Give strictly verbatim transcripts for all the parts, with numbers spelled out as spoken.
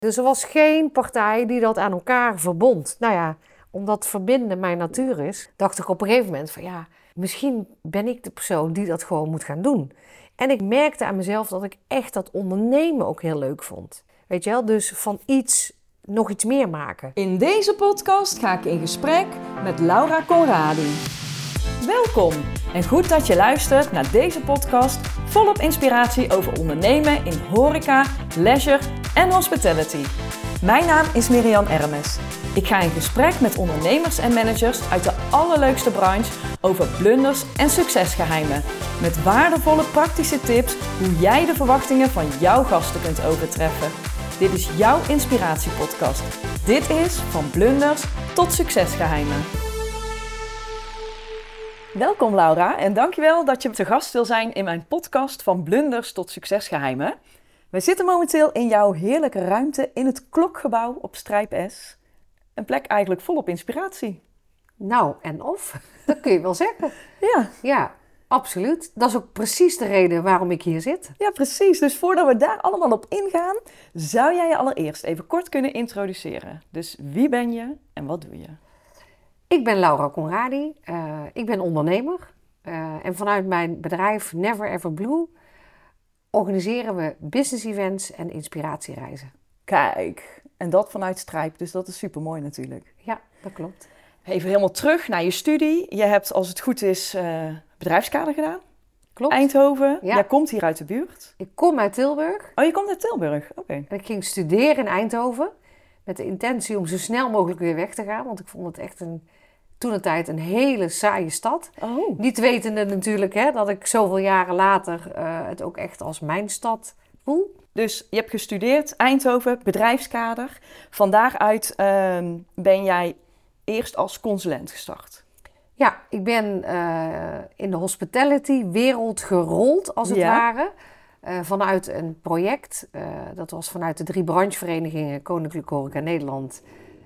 Dus er was geen partij die dat aan elkaar verbond. Nou ja, omdat verbinden mijn natuur is, dacht ik op een gegeven moment van ja, misschien ben ik de persoon die dat gewoon moet gaan doen. En ik merkte aan mezelf dat ik echt dat ondernemen ook heel leuk vond. Weet je wel, dus van iets nog iets meer maken. In deze podcast ga ik in gesprek met Laura Conradi. Welkom en goed dat je luistert naar deze podcast volop inspiratie over ondernemen in horeca, leisure en hospitality. Mijn naam is Miriam Ermes. Ik ga in gesprek met ondernemers en managers uit de allerleukste branche over blunders en succesgeheimen. Met waardevolle praktische tips hoe jij de verwachtingen van jouw gasten kunt overtreffen. Dit is jouw inspiratiepodcast. Dit is Van Blunders tot Succesgeheimen. Welkom Laura en dankjewel dat je te gast wil zijn in mijn podcast Van Blunders tot Succesgeheimen. We zitten momenteel in jouw heerlijke ruimte in het Klokgebouw op Strijp S. Een plek eigenlijk volop inspiratie. Nou, en of? Dat kun je wel zeggen. Ja. Ja, absoluut. Dat is ook precies de reden waarom ik hier zit. Ja, precies. Dus voordat we daar allemaal op ingaan, zou jij je allereerst even kort kunnen introduceren. Dus wie ben je en wat doe je? Ik ben Laura Conradi. Uh, ik ben ondernemer. Uh, en vanuit mijn bedrijf Never Ever Blue organiseren we business events en inspiratiereizen. Kijk, en dat vanuit Strijp, dus dat is supermooi natuurlijk. Ja, dat klopt. Even helemaal terug naar je studie. Je hebt, als het goed is, uh, bedrijfskader gedaan. Klopt. Eindhoven. Ja. Jij komt hier uit de buurt. Ik kom uit Tilburg. Oh, je komt uit Tilburg. Oké. Okay. En ik ging studeren in Eindhoven met de intentie om zo snel mogelijk weer weg te gaan. Want ik vond het echt een, toen een tijd een hele saaie stad. Oh. Niet wetende natuurlijk hè, dat ik zoveel jaren later uh, het ook echt als mijn stad voel. Dus je hebt gestudeerd, Eindhoven, bedrijfskader. Van daaruit uh, ben jij eerst als consulent gestart. Ja, ik ben uh, in de hospitality wereld gerold, als het ja. ware. Uh, vanuit een project, uh, dat was vanuit de drie brancheverenigingen Koninklijke Horeca Nederland,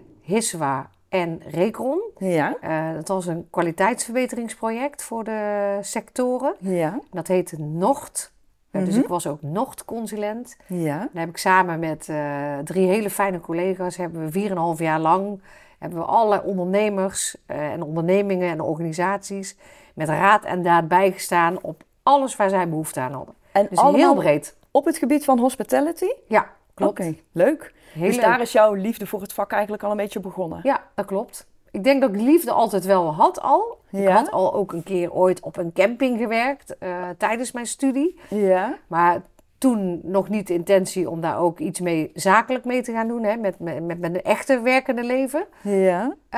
HISWA en Recron. Ja. Uh, dat was een kwaliteitsverbeteringsproject voor de sectoren. Ja. Dat heette NOCT. Uh, Mm-hmm. Dus ik was ook NOCT-consulent. Ja. Dan heb ik samen met uh, drie hele fijne collega's, hebben we vier en een half jaar lang, hebben we alle ondernemers uh, en ondernemingen en organisaties met raad en daad bijgestaan op alles waar zij behoefte aan hadden. En dus heel breed. Op het gebied van hospitality? Ja, klopt. Oké, okay, leuk. Heel dus leuk. daar is jouw liefde voor het vak eigenlijk al een beetje begonnen? Ja, dat klopt. Ik denk dat ik liefde altijd wel had al. Ja. Ik had al ook een keer ooit op een camping gewerkt uh, tijdens mijn studie. Ja. Maar toen nog niet de intentie om daar ook iets mee zakelijk mee te gaan doen. Hè, met, met, met mijn echte werkende leven. Ja. Uh,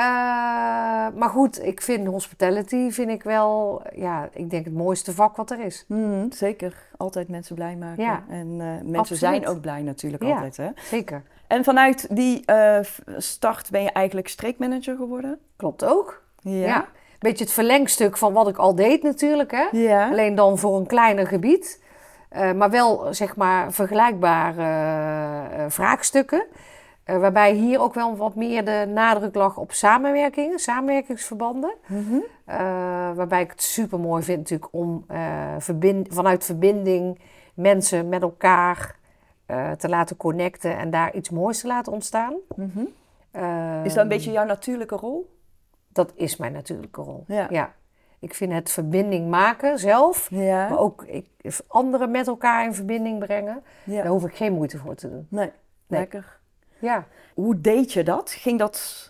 maar goed, ik vind hospitality vind ik wel, ja, ik denk het mooiste vak wat er is. Mm, zeker. Altijd mensen blij maken. Ja. En uh, mensen Absoluut. zijn ook blij natuurlijk ja, altijd. Hè? Zeker. En vanuit die uh, start ben je eigenlijk streekmanager geworden? Klopt ook. Ja. ja. Beetje het verlengstuk van wat ik al deed natuurlijk. Hè? Ja. Alleen dan voor een kleiner gebied. Uh, maar wel, zeg maar, vergelijkbare uh, vraagstukken. Uh, waarbij hier ook wel wat meer de nadruk lag op samenwerkingen, samenwerkingsverbanden. Mm-hmm. Uh, waarbij ik het super mooi vind natuurlijk om uh, verbind- vanuit verbinding mensen met elkaar uh, te laten connecten en daar iets moois te laten ontstaan. Mm-hmm. Uh, is dat een beetje jouw natuurlijke rol? Dat is mijn natuurlijke rol, ja. ja. Ik vind het verbinding maken zelf, ja. maar ook ik, anderen met elkaar in verbinding brengen. Ja. Daar hoef ik geen moeite voor te doen. Nee, nee. Lekker. Ja. Hoe deed je dat? Ging dat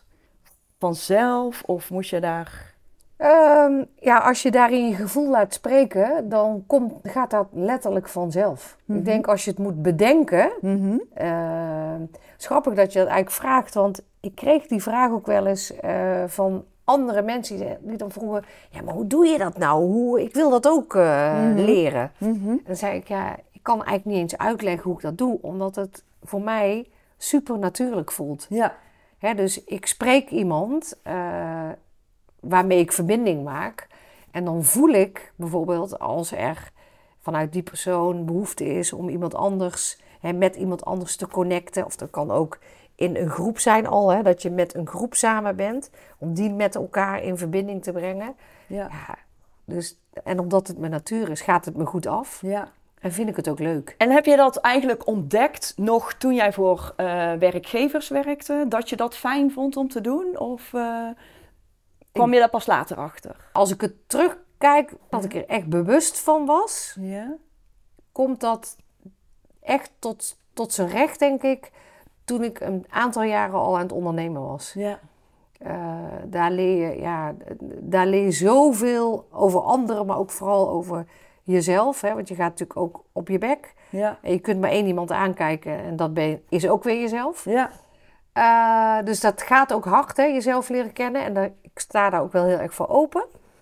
vanzelf of moest je daar... Um, ja, als je daarin je gevoel laat spreken, dan komt, gaat dat letterlijk vanzelf. Mm-hmm. Ik denk als je het moet bedenken... Mm-hmm. Uh, grappig dat je dat eigenlijk vraagt, want ik kreeg die vraag ook wel eens uh, van andere mensen die dan vroegen... Ja, maar hoe doe je dat nou? Hoe, ik wil dat ook uh, mm-hmm. leren. Mm-hmm. En dan zei ik, ja, ik kan eigenlijk niet eens uitleggen hoe ik dat doe, omdat het voor mij super natuurlijk voelt. Ja. Hè, dus ik spreek iemand... Uh, waarmee ik verbinding maak. En dan voel ik bijvoorbeeld als er vanuit die persoon behoefte is om iemand anders, hè, met iemand anders te connecten. Of dat kan ook in een groep zijn al, hè, dat je met een groep samen bent. Om die met elkaar in verbinding te brengen. Ja. Ja, dus, en omdat het mijn natuur is, gaat het me goed af. Ja. En vind ik het ook leuk. En heb je dat eigenlijk ontdekt nog toen jij voor uh, werkgevers werkte? Dat je dat fijn vond om te doen? Of uh, kwam je daar pas later achter? Als ik het terugkijk, dat ik er echt bewust van was, ja. komt dat echt tot, tot zijn recht, denk ik, toen ik een aantal jaren al aan het ondernemen was. Ja. Uh, daar leer je, ja, daar leer je zoveel over anderen, maar ook vooral over jezelf. Hè? Want je gaat natuurlijk ook op je bek. Ja. En je kunt maar één iemand aankijken en dat ben je, is ook weer jezelf. Ja. Uh, dus dat gaat ook hard, hè? Jezelf leren kennen. En daar, ik sta daar ook wel heel erg voor open.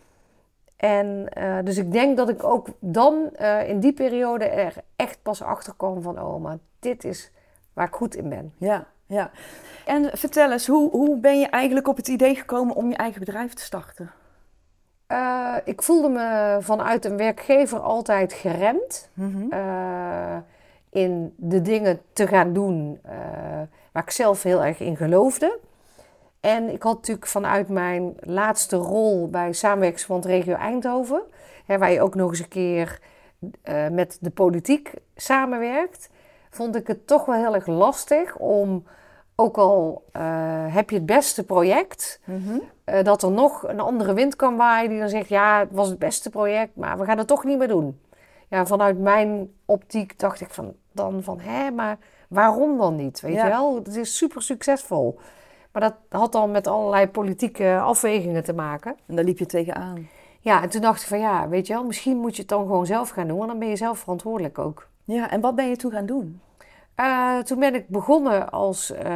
En uh, dus ik denk dat ik ook dan uh, in die periode er echt pas achter kwam van... oh, maar dit is waar ik goed in ben. Ja, ja. En vertel eens, hoe, hoe ben je eigenlijk op het idee gekomen om je eigen bedrijf te starten? Uh, ik voelde me vanuit een werkgever altijd geremd. Mm-hmm. Uh, in de dingen te gaan doen uh, waar ik zelf heel erg in geloofde. En ik had natuurlijk vanuit mijn laatste rol bij Samenwerkingsverband Regio Eindhoven... Hè, waar je ook nog eens een keer uh, met de politiek samenwerkt... vond ik het toch wel heel erg lastig om... ook al uh, heb je het beste project... Mm-hmm. Uh, dat er nog een andere wind kan waaien die dan zegt... ja, het was het beste project, maar we gaan het toch niet meer doen. Ja, vanuit mijn optiek dacht ik van, dan van... hé, maar waarom dan niet? Weet ja. je wel? Het is super succesvol. Maar dat had dan met allerlei politieke afwegingen te maken. En daar liep je tegenaan. Ja, en toen dacht ik van ja, weet je wel... misschien moet je het dan gewoon zelf gaan doen... want dan ben je zelf verantwoordelijk ook. Ja, en wat ben je toen gaan doen? Uh, toen ben ik begonnen als... Uh,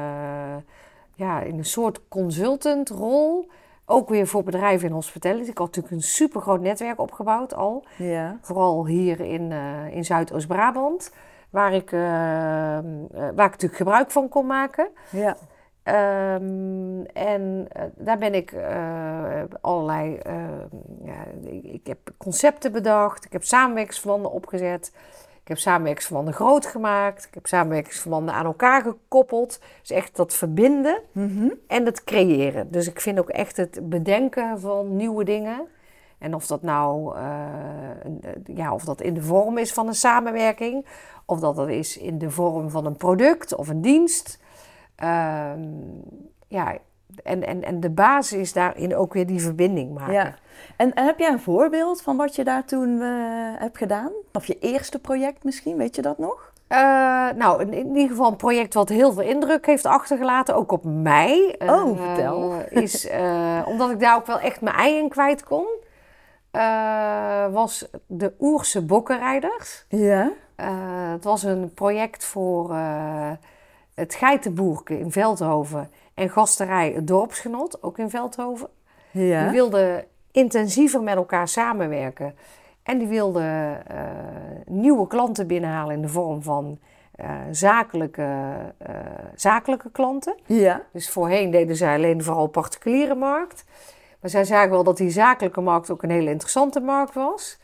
ja, in een soort consultantrol... ook weer voor bedrijven in hospitality. Ik had natuurlijk een supergroot netwerk opgebouwd al. Ja. Vooral hier in, uh, in Zuidoost-Brabant. Waar ik, uh, uh, waar ik natuurlijk gebruik van kon maken. Ja. Um, en uh, daar ben ik uh, allerlei... Uh, ja, ik, ik heb concepten bedacht. Ik heb samenwerkingsverbanden opgezet. Ik heb samenwerkingsverbanden groot gemaakt. Ik heb samenwerkingsverbanden aan elkaar gekoppeld. Dus echt dat verbinden mm-hmm. en het creëren. Dus ik vind ook echt het bedenken van nieuwe dingen. En of dat nou uh, ja, of dat in de vorm is van een samenwerking. Of dat dat is in de vorm van een product of een dienst. Uh, ja, en, en, en de basis is daarin ook weer die verbinding maken. Ja. En, en heb jij een voorbeeld van wat je daar toen uh, hebt gedaan? Of je eerste project misschien, weet je dat nog? Uh, nou, in, in ieder geval een project wat heel veel indruk heeft achtergelaten, ook op mij. Oh, uh, vertel. Is, uh, omdat ik daar ook wel echt mijn ei in kwijt kon, uh, was de Oerse Bokkenrijders. Ja. Uh, het was een project voor uh, het Geitenboerke in Veldhoven en gasterij Het Dorpsgenot, ook in Veldhoven. Ja. Die wilden intensiever met elkaar samenwerken. En die wilden uh, nieuwe klanten binnenhalen in de vorm van uh, zakelijke, uh, zakelijke klanten. Ja. Dus voorheen deden zij alleen vooral particuliere markt. Maar zij zagen wel dat die zakelijke markt ook een hele interessante markt was.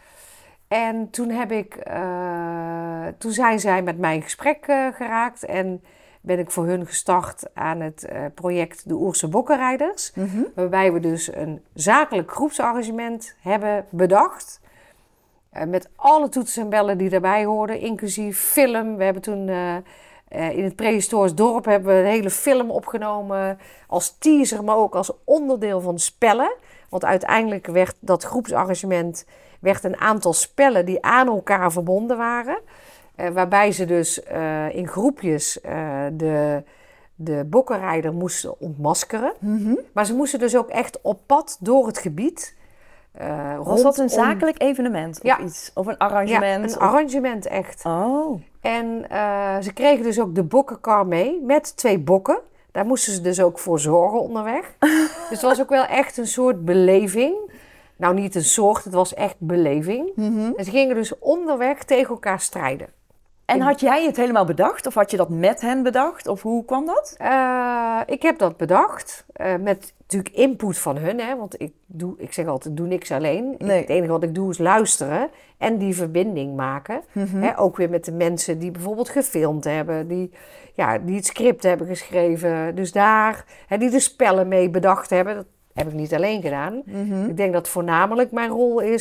En toen heb ik, uh, toen zijn zij met mij in gesprek uh, geraakt en ben ik voor hun gestart aan het uh, project de Oerse Bokkenrijders. Mm-hmm. Waarbij we dus een zakelijk groepsarrangement hebben bedacht. Uh, met alle toetsen en bellen die daarbij hoorden, inclusief film. We hebben toen uh, uh, in het prehistorisch dorp hebben we een hele film opgenomen als teaser, maar ook als onderdeel van spellen. Want uiteindelijk werd dat groepsarrangement werd een aantal spellen die aan elkaar verbonden waren. Uh, waarbij ze dus uh, in groepjes uh, de, de bokkenrijder moesten ontmaskeren. Mm-hmm. Maar ze moesten dus ook echt op pad door het gebied. Uh, Was dat een zakelijk evenement of ja. iets? Of een arrangement? Ja, een of... arrangement echt. Oh. En uh, ze kregen dus ook de bokkenkar mee met twee bokken. Daar moesten ze dus ook voor zorgen onderweg. Dus het was ook wel echt een soort beleving. Nou, niet een soort, het was echt beleving. Mm-hmm. En ze gingen dus onderweg tegen elkaar strijden. En had jij het helemaal bedacht? Of had je dat met hen bedacht? Of hoe kwam dat? Uh, ik heb dat bedacht. Uh, met natuurlijk input van hun. Hè, want ik, doe, ik zeg altijd, ik doe niks alleen. Nee. Het enige wat ik doe is luisteren. En die verbinding maken. Mm-hmm. Hè, ook weer met de mensen die bijvoorbeeld gefilmd hebben. Die, ja, die het script hebben geschreven. Dus daar, hè, die de spellen mee bedacht hebben. Dat heb ik niet alleen gedaan. Mm-hmm. Ik denk dat voornamelijk mijn rol is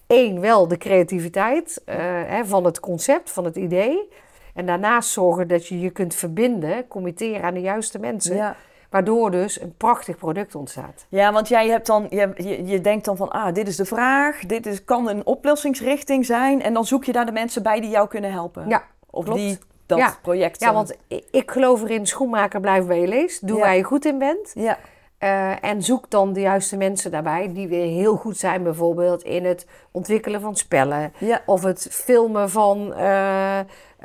één, wel de creativiteit uh, hè, van het concept, van het idee. En daarnaast zorgen dat je je kunt verbinden, committeren aan de juiste mensen. Ja. Waardoor dus een prachtig product ontstaat. Ja, want jij hebt dan, je, je, je denkt dan van, ah, dit is de vraag, dit is, kan een oplossingsrichting zijn. En dan zoek je daar de mensen bij die jou kunnen helpen. Ja, of klopt. die dat ja. project. Ja, want ik geloof erin, schoenmaker blijft bij je lees. Doe ja. waar je goed in bent. Ja. Uh, en zoek dan de juiste mensen daarbij die weer heel goed zijn, bijvoorbeeld in het ontwikkelen van spellen. Ja. Of het filmen van uh, uh,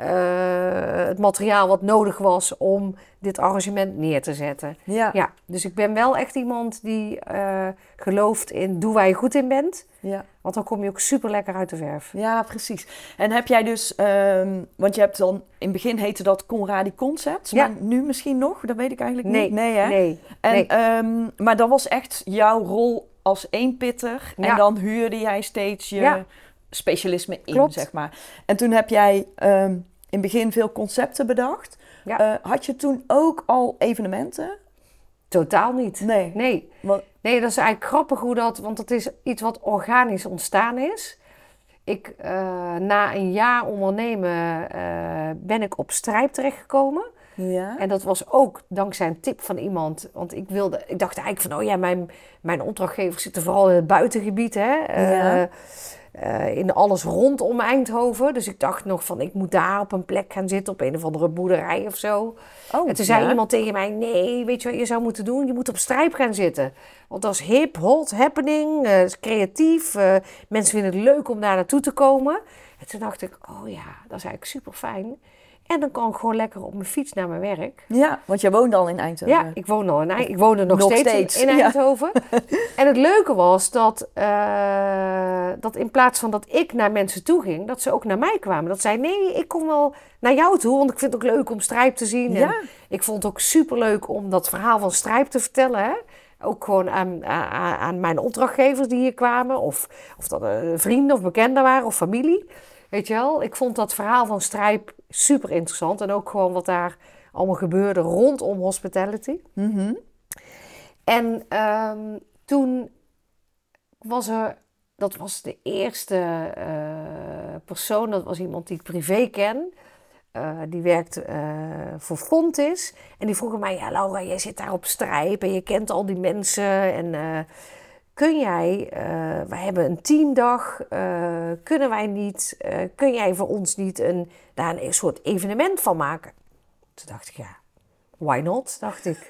het materiaal wat nodig was om dit arrangement neer te zetten. Ja. Ja, dus ik ben wel echt iemand die uh, gelooft in doe waar je goed in bent. Ja. Want dan kom je ook super lekker uit de verf. Ja, precies. En heb jij dus, um, want je hebt dan, in het begin heette dat Conradi Concepts, ja. maar nu misschien nog? Dat weet ik eigenlijk nee. niet. Nee, hè? Nee. En, nee. Um, maar dat was echt jouw rol als eenpitter. Ja. En dan huurde jij steeds je ja. specialisme in, Klopt. zeg maar. En toen heb jij um, in het begin veel concepten bedacht. Ja. Uh, had je toen ook al evenementen? Totaal niet. Nee. Nee. Wat? Nee, dat is eigenlijk grappig hoe dat... Want het is iets wat organisch ontstaan is. Ik, uh, na een jaar ondernemen uh, ben ik op Strijp terechtgekomen. Ja. En dat was ook dankzij een tip van iemand. Want ik wilde, ik dacht eigenlijk van, oh ja, mijn, mijn opdrachtgevers zitten vooral in het buitengebied, hè. Ja. Uh, uh, in alles rondom Eindhoven. Dus ik dacht nog van, ik moet daar op een plek gaan zitten, op een of andere boerderij of zo. Oh, en toen zei ja. iemand tegen mij, nee, weet je wat je zou moeten doen? Je moet op Strijp gaan zitten. Want dat is hip, hot, happening, uh, is creatief. Uh, mensen vinden het leuk om daar naartoe te komen. En toen dacht ik, oh ja, dat is eigenlijk super fijn. En dan kan ik gewoon lekker op mijn fiets naar mijn werk. Ja, want jij woonde al in Eindhoven. Ja, ik woon al in Eindhoven. Ik woonde nog, nog steeds, steeds in, in ja. Eindhoven. En het leuke was dat, uh, dat in plaats van dat ik naar mensen toe ging, dat ze ook naar mij kwamen. Dat zei, nee, ik kom wel naar jou toe, want ik vind het ook leuk om Strijp te zien. Ja. En ik vond het ook superleuk om dat verhaal van Strijp te vertellen. Hè? Ook gewoon aan, aan, aan mijn opdrachtgevers die hier kwamen. Of, of dat uh, vrienden of bekenden waren of familie. Weet je wel, ik vond dat verhaal van Strijp super interessant. En ook gewoon wat daar allemaal gebeurde rondom hospitality. Mm-hmm. En um, toen was er, dat was de eerste uh, persoon, dat was iemand die ik privé ken. Uh, die werkt uh, voor Fontis. En die vroeg mij, ja Laura, jij zit daar op Strijp en je kent al die mensen. En uh, kun jij, uh, wij hebben een teamdag, uh, kunnen wij niet, uh, kun jij voor ons niet een, daar een soort evenement van maken? Toen dacht ik, ja, why not, dacht ik.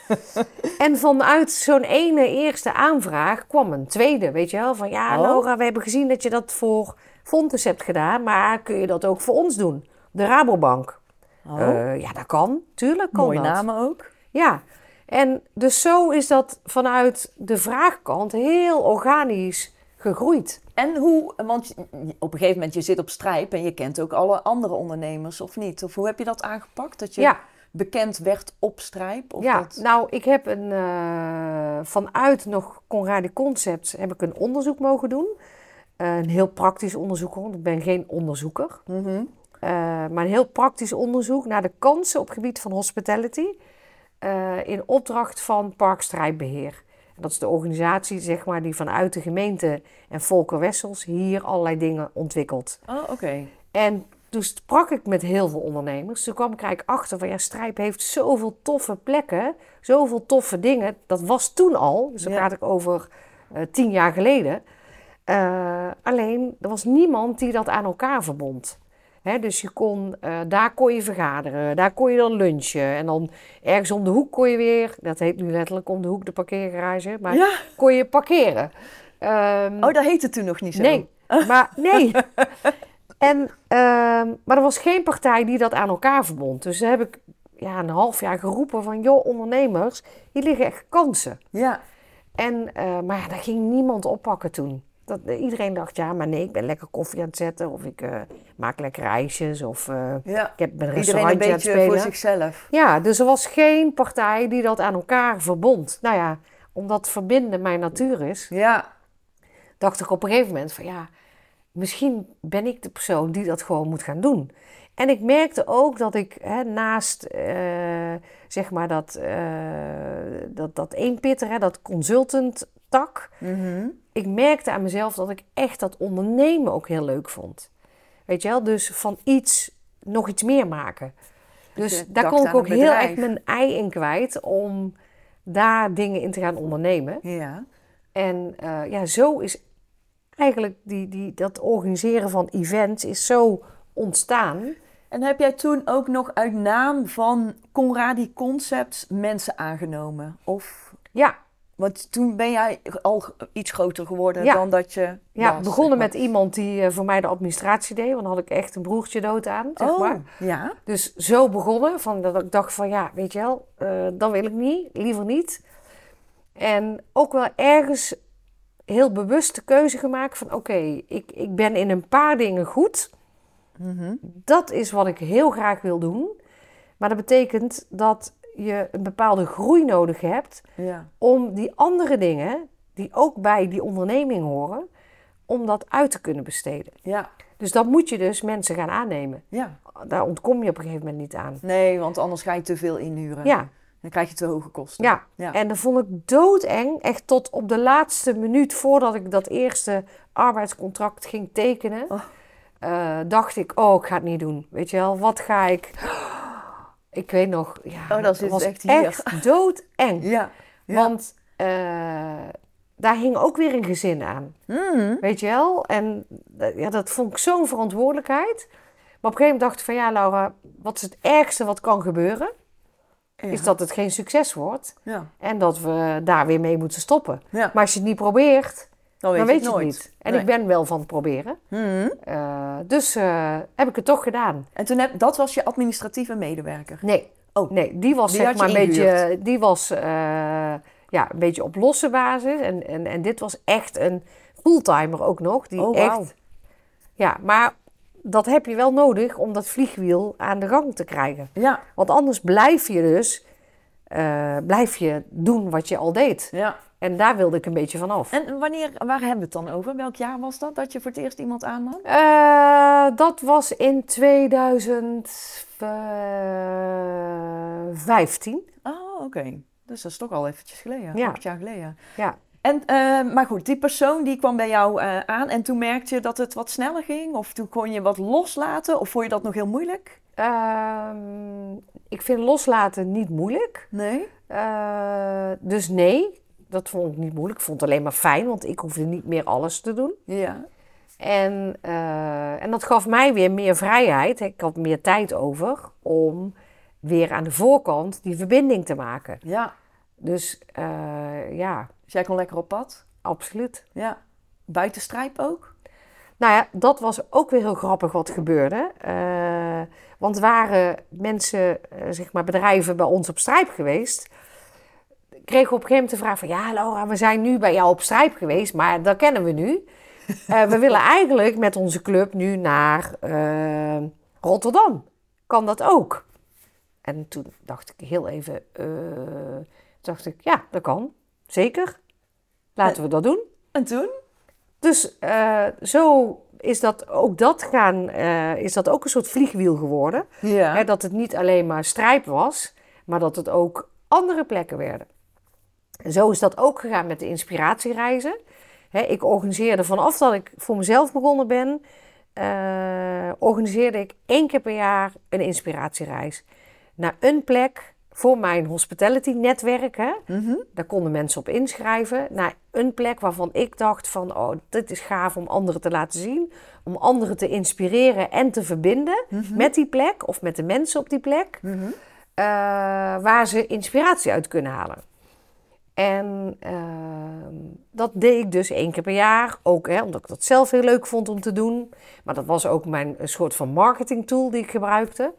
En vanuit zo'n ene eerste aanvraag kwam een tweede, weet je wel. Van ja, oh. Laura, we hebben gezien dat je dat voor Fontis hebt gedaan, maar kun je dat ook voor ons doen? De Rabobank. Oh. Uh, ja, dat kan, tuurlijk kan Mooie dat. namen ook. Ja, en dus zo is dat vanuit de vraagkant heel organisch gegroeid. En hoe, want op een gegeven moment je zit op Strijp en je kent ook alle andere ondernemers of niet? Of hoe heb je dat aangepakt? Dat je ja. bekend werd op Strijp? Of ja, dat... nou ik heb een, uh, vanuit nog Conradi Concepts heb ik een onderzoek mogen doen. Uh, een heel praktisch onderzoek, want ik ben geen onderzoeker. Mm-hmm. Uh, maar een heel praktisch onderzoek naar de kansen op het gebied van hospitality. Uh, in opdracht van Park Strijpbeheer. Dat is de organisatie zeg maar, die vanuit de gemeente en Volker Wessels hier allerlei dingen ontwikkelt. Oh, oké. Okay. En toen sprak ik met heel veel ondernemers. Toen kwam ik eigenlijk achter van ja, Strijp heeft zoveel toffe plekken, zoveel toffe dingen. Dat was toen al, dus dan ja. praat ik over uh, tien jaar geleden. Uh, alleen, er was niemand die dat aan elkaar verbond. He, dus je kon, uh, daar kon je vergaderen, daar kon je dan lunchen. En dan ergens om de hoek kon je weer, dat heet nu letterlijk om de hoek de parkeergarage, maar ja. kon je parkeren. Um, oh, dat heette toen nog niet zo? Nee, maar nee. en, um, maar er was geen partij die dat aan elkaar verbond. Dus heb ik ja, een half jaar geroepen van, joh ondernemers, hier liggen echt kansen. Ja. En, uh, maar ja, daar ging niemand oppakken toen. Dat, iedereen dacht, ja, maar nee, ik ben lekker koffie aan het zetten. Of ik uh, maak lekker ijsjes. Of uh, ja. ik heb een restaurantje restaurantje aan het spelen. Voor zichzelf. Ja, dus er was geen partij die dat aan elkaar verbond. Nou ja, omdat verbinden mijn natuur is. Ja. Dacht ik op een gegeven moment van ja, misschien ben ik de persoon die dat gewoon moet gaan doen. En ik merkte ook dat ik hè, naast uh, zeg maar dat, uh, dat, dat eenpitter, hè, dat consultant tak... Mm-hmm. ik merkte aan mezelf dat ik echt dat ondernemen ook heel leuk vond. Weet je wel? Dus van iets nog iets meer maken. Dus daar kon ik ook heel erg mijn ei in kwijt om daar dingen in te gaan ondernemen. Ja. En uh, ja, zo is eigenlijk die, die, dat organiseren van events is zo ontstaan. En heb jij toen ook nog uit naam van Conradi Concepts mensen aangenomen? Of... Ja. Want toen ben jij al iets groter geworden ja. dan dat je Ja, was, begonnen zeg maar. met iemand die uh, voor mij de administratie deed. Want dan had ik echt een broertje dood aan, zeg oh, maar. Ja. Dus zo begonnen. Van dat ik dacht van ja, weet je wel, uh, dan wil ik niet. Liever niet. En ook wel ergens heel bewust de keuze gemaakt van oké, okay, ik, ik ben in een paar dingen goed. Mm-hmm. Dat is wat ik heel graag wil doen. Maar dat betekent dat je een bepaalde groei nodig hebt ja. om die andere dingen, die ook bij die onderneming horen, om dat uit te kunnen besteden. Ja. Dus dan moet je dus mensen gaan aannemen. Ja. Daar ontkom je op een gegeven moment niet aan. Nee, want anders ga je te veel inhuren. Ja. Dan krijg je te hoge kosten. Ja, ja. En dat vond ik doodeng. Echt tot op de laatste minuut voordat ik dat eerste arbeidscontract ging tekenen. Oh. Uh, dacht ik, oh, ik ga het niet doen. Weet je wel, wat ga ik... Ik weet nog, ja, oh, dat het was echt, hier. echt doodeng. ja. ja. Want uh, daar hing ook weer een gezin aan. Mm. Weet je wel? En uh, ja, dat vond ik zo'n verantwoordelijkheid. Maar op een gegeven moment dacht ik van, ja Laura, wat is het ergste wat kan gebeuren? Ja. Is dat het geen succes wordt. Ja. En dat we daar weer mee moeten stoppen. Ja. Maar als je het niet probeert, dan weet, dan weet je het, nooit. niet. En nee. ik ben wel van het proberen. Mm-hmm. Uh, dus uh, heb ik het toch gedaan. En toen heb, dat was je administratieve medewerker? Nee, oh. nee die was die zeg maar een beetje, die was, uh, ja, een beetje op losse basis. En, en, en dit was echt een fulltimer ook nog. Die oh, echt, wow. Ja, maar dat heb je wel nodig om dat vliegwiel aan de gang te krijgen. Ja. Want anders blijf je dus uh, blijf je doen wat je al deed. Ja. En daar wilde ik een beetje van af. En wanneer, waar hebben we het dan over? Welk jaar was dat, dat je voor het eerst iemand aannam? Uh, dat was in twintig vijftien. Oh, oké. Okay. Dus dat is toch al eventjes geleden. Ja. Acht jaar geleden. Ja. En, uh, maar goed, die persoon die kwam bij jou uh, aan en toen merkte je dat het wat sneller ging? Of toen kon je wat loslaten? Of vond je dat nog heel moeilijk? Uh, ik vind loslaten niet moeilijk. Nee? Uh, dus nee, dat vond ik niet moeilijk. Ik vond het alleen maar fijn, want ik hoefde niet meer alles te doen. Ja. En, uh, en dat gaf mij weer meer vrijheid. Ik had meer tijd over om weer aan de voorkant die verbinding te maken. Ja. Dus uh, ja. Dus jij kon lekker op pad? Absoluut. Ja. Buiten Strijp ook? Nou ja, dat was ook weer heel grappig wat gebeurde. Uh, want waren mensen, uh, zeg maar bedrijven bij ons op Strijp geweest, kregen we op een gegeven moment de vraag van, ja Laura, we zijn nu bij jou op Strijp geweest, maar dat kennen we nu. Uh, we willen eigenlijk met onze club nu naar uh, Rotterdam. Kan dat ook? En toen dacht ik heel even, uh, dacht ik, ja, dat kan. Zeker. Laten we dat doen. En toen? Dus uh, zo is dat ook dat gaan, uh, is dat ook een soort vliegwiel geworden. Ja. Hè, dat het niet alleen maar Strijp was, maar dat het ook andere plekken werden. En zo is dat ook gegaan met de inspiratiereizen. Hè, ik organiseerde vanaf dat ik voor mezelf begonnen ben, uh, organiseerde ik één keer per jaar een inspiratiereis. Naar een plek voor mijn hospitality netwerk. Hè. Mm-hmm. Daar konden mensen op inschrijven. Naar een plek waarvan ik dacht van, oh, dit is gaaf om anderen te laten zien. Om anderen te inspireren en te verbinden mm-hmm. met die plek of met de mensen op die plek. Mm-hmm. Uh, waar ze inspiratie uit kunnen halen. En uh, dat deed ik dus één keer per jaar. Ook hè, omdat ik dat zelf heel leuk vond om te doen. Maar dat was ook mijn een soort van marketing tool die ik gebruikte.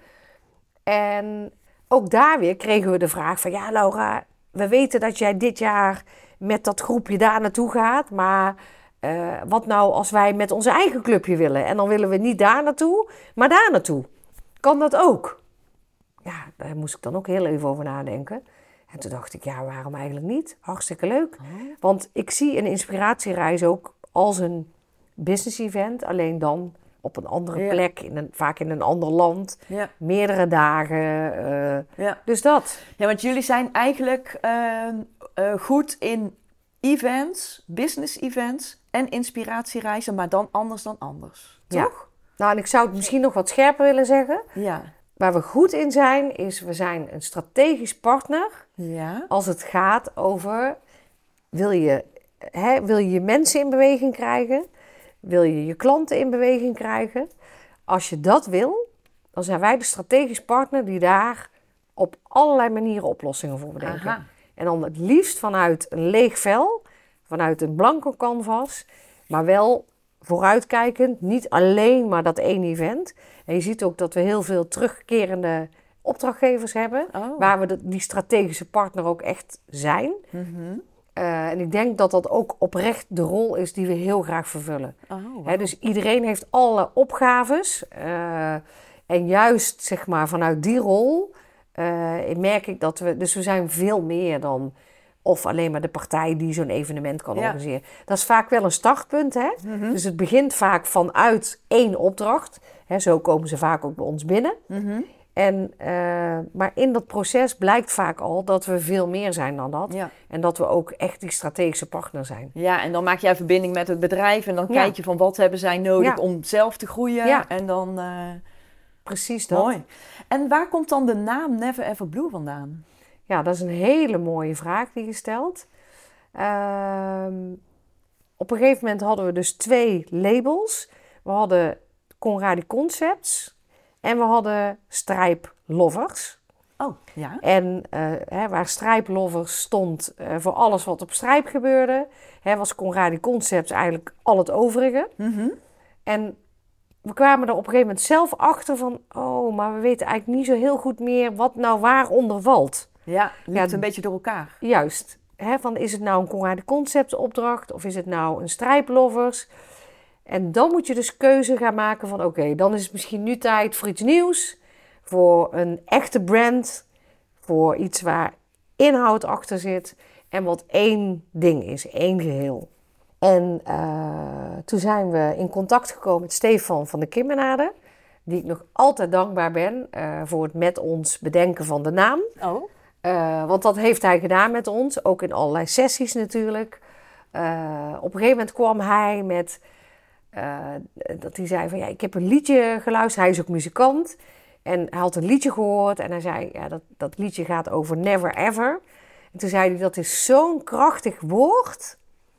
En ook daar weer kregen we de vraag van, ja Laura, we weten dat jij dit jaar met dat groepje daar naartoe gaat. Maar uh, wat nou als wij met onze eigen clubje willen? En dan willen we niet daar naartoe, maar daar naartoe. Kan dat ook? Ja, daar moest ik dan ook heel even over nadenken. En toen dacht ik, ja, waarom eigenlijk niet? Hartstikke leuk. Oh. Want ik zie een inspiratiereis ook als een business event. Alleen dan op een andere ja. plek, in een, vaak in een ander land. Ja. Meerdere dagen. Uh, ja. Dus dat. Ja, want jullie zijn eigenlijk uh, uh, goed in events, business events en inspiratiereizen, maar dan anders dan anders. Ja. Toch? Nou, en ik zou het misschien nog wat scherper willen zeggen. Ja. Waar we goed in zijn, is we zijn een strategisch partner Ja. als het gaat over, wil je, hè, wil je je mensen in beweging krijgen? Wil je je klanten in beweging krijgen? Als je dat wil, dan zijn wij de strategisch partner die daar op allerlei manieren oplossingen voor bedenken. Aha. En dan het liefst vanuit een leeg vel, vanuit een blanco canvas, maar wel vooruitkijkend, niet alleen maar dat één event. En je ziet ook dat we heel veel terugkerende opdrachtgevers hebben, Oh. waar we de, die strategische partner ook echt zijn. Mm-hmm. Uh, en ik denk dat dat ook oprecht de rol is die we heel graag vervullen. Oh, wow. Hè, dus iedereen heeft alle opgaves. Uh, en juist zeg maar vanuit die rol uh, merk ik dat we... Dus we zijn veel meer dan of alleen maar de partij die zo'n evenement kan Ja. organiseren. Dat is vaak wel een startpunt. Hè? Mm-hmm. Dus het begint vaak vanuit één opdracht. Hè, zo komen ze vaak ook bij ons binnen. Mm-hmm. En, uh, maar in dat proces blijkt vaak al dat we veel meer zijn dan dat. Ja. En dat we ook echt die strategische partner zijn. Ja, en dan maak jij verbinding met het bedrijf en dan Ja. kijk je van wat hebben zij nodig Ja. om zelf te groeien. Ja. En dan... Uh, Precies dat. mooi. En waar komt dan de naam Never Ever Blue vandaan? Ja, dat is een hele mooie vraag die je stelt. Uh, op een gegeven moment hadden we dus twee labels. We hadden Conradi Concepts en we hadden Strijplovers. Oh, ja. En uh, hè, waar Strijplovers stond uh, voor alles wat op strijp gebeurde, hè, was Conradi Concepts eigenlijk al het overige. Mm-hmm. En we kwamen er op een gegeven moment zelf achter van, oh, maar we weten eigenlijk niet zo heel goed meer wat nou waaronder valt. Ja, ligt Ja, een beetje door elkaar. Juist. Hè, van, is het nou een Conradi Concepts opdracht of is het nou een Strijplovers? En dan moet je dus keuze gaan maken van, oké, okay, dan is het misschien nu tijd voor iets nieuws, voor een echte brand, voor iets waar inhoud achter zit en wat één ding is, één geheel. En uh, toen zijn we in contact gekomen met Stefan van de Kimmenade, die ik nog altijd dankbaar ben uh, voor het met ons bedenken van de naam. Oh. Uh, want dat heeft hij gedaan met ons, ook in allerlei sessies natuurlijk. Uh, op een gegeven moment kwam hij met, uh, dat hij zei van ja, ik heb een liedje geluisterd, hij is ook muzikant. En hij had een liedje gehoord en hij zei, ja, dat, dat liedje gaat over never ever. En toen zei hij, dat is zo'n krachtig woord.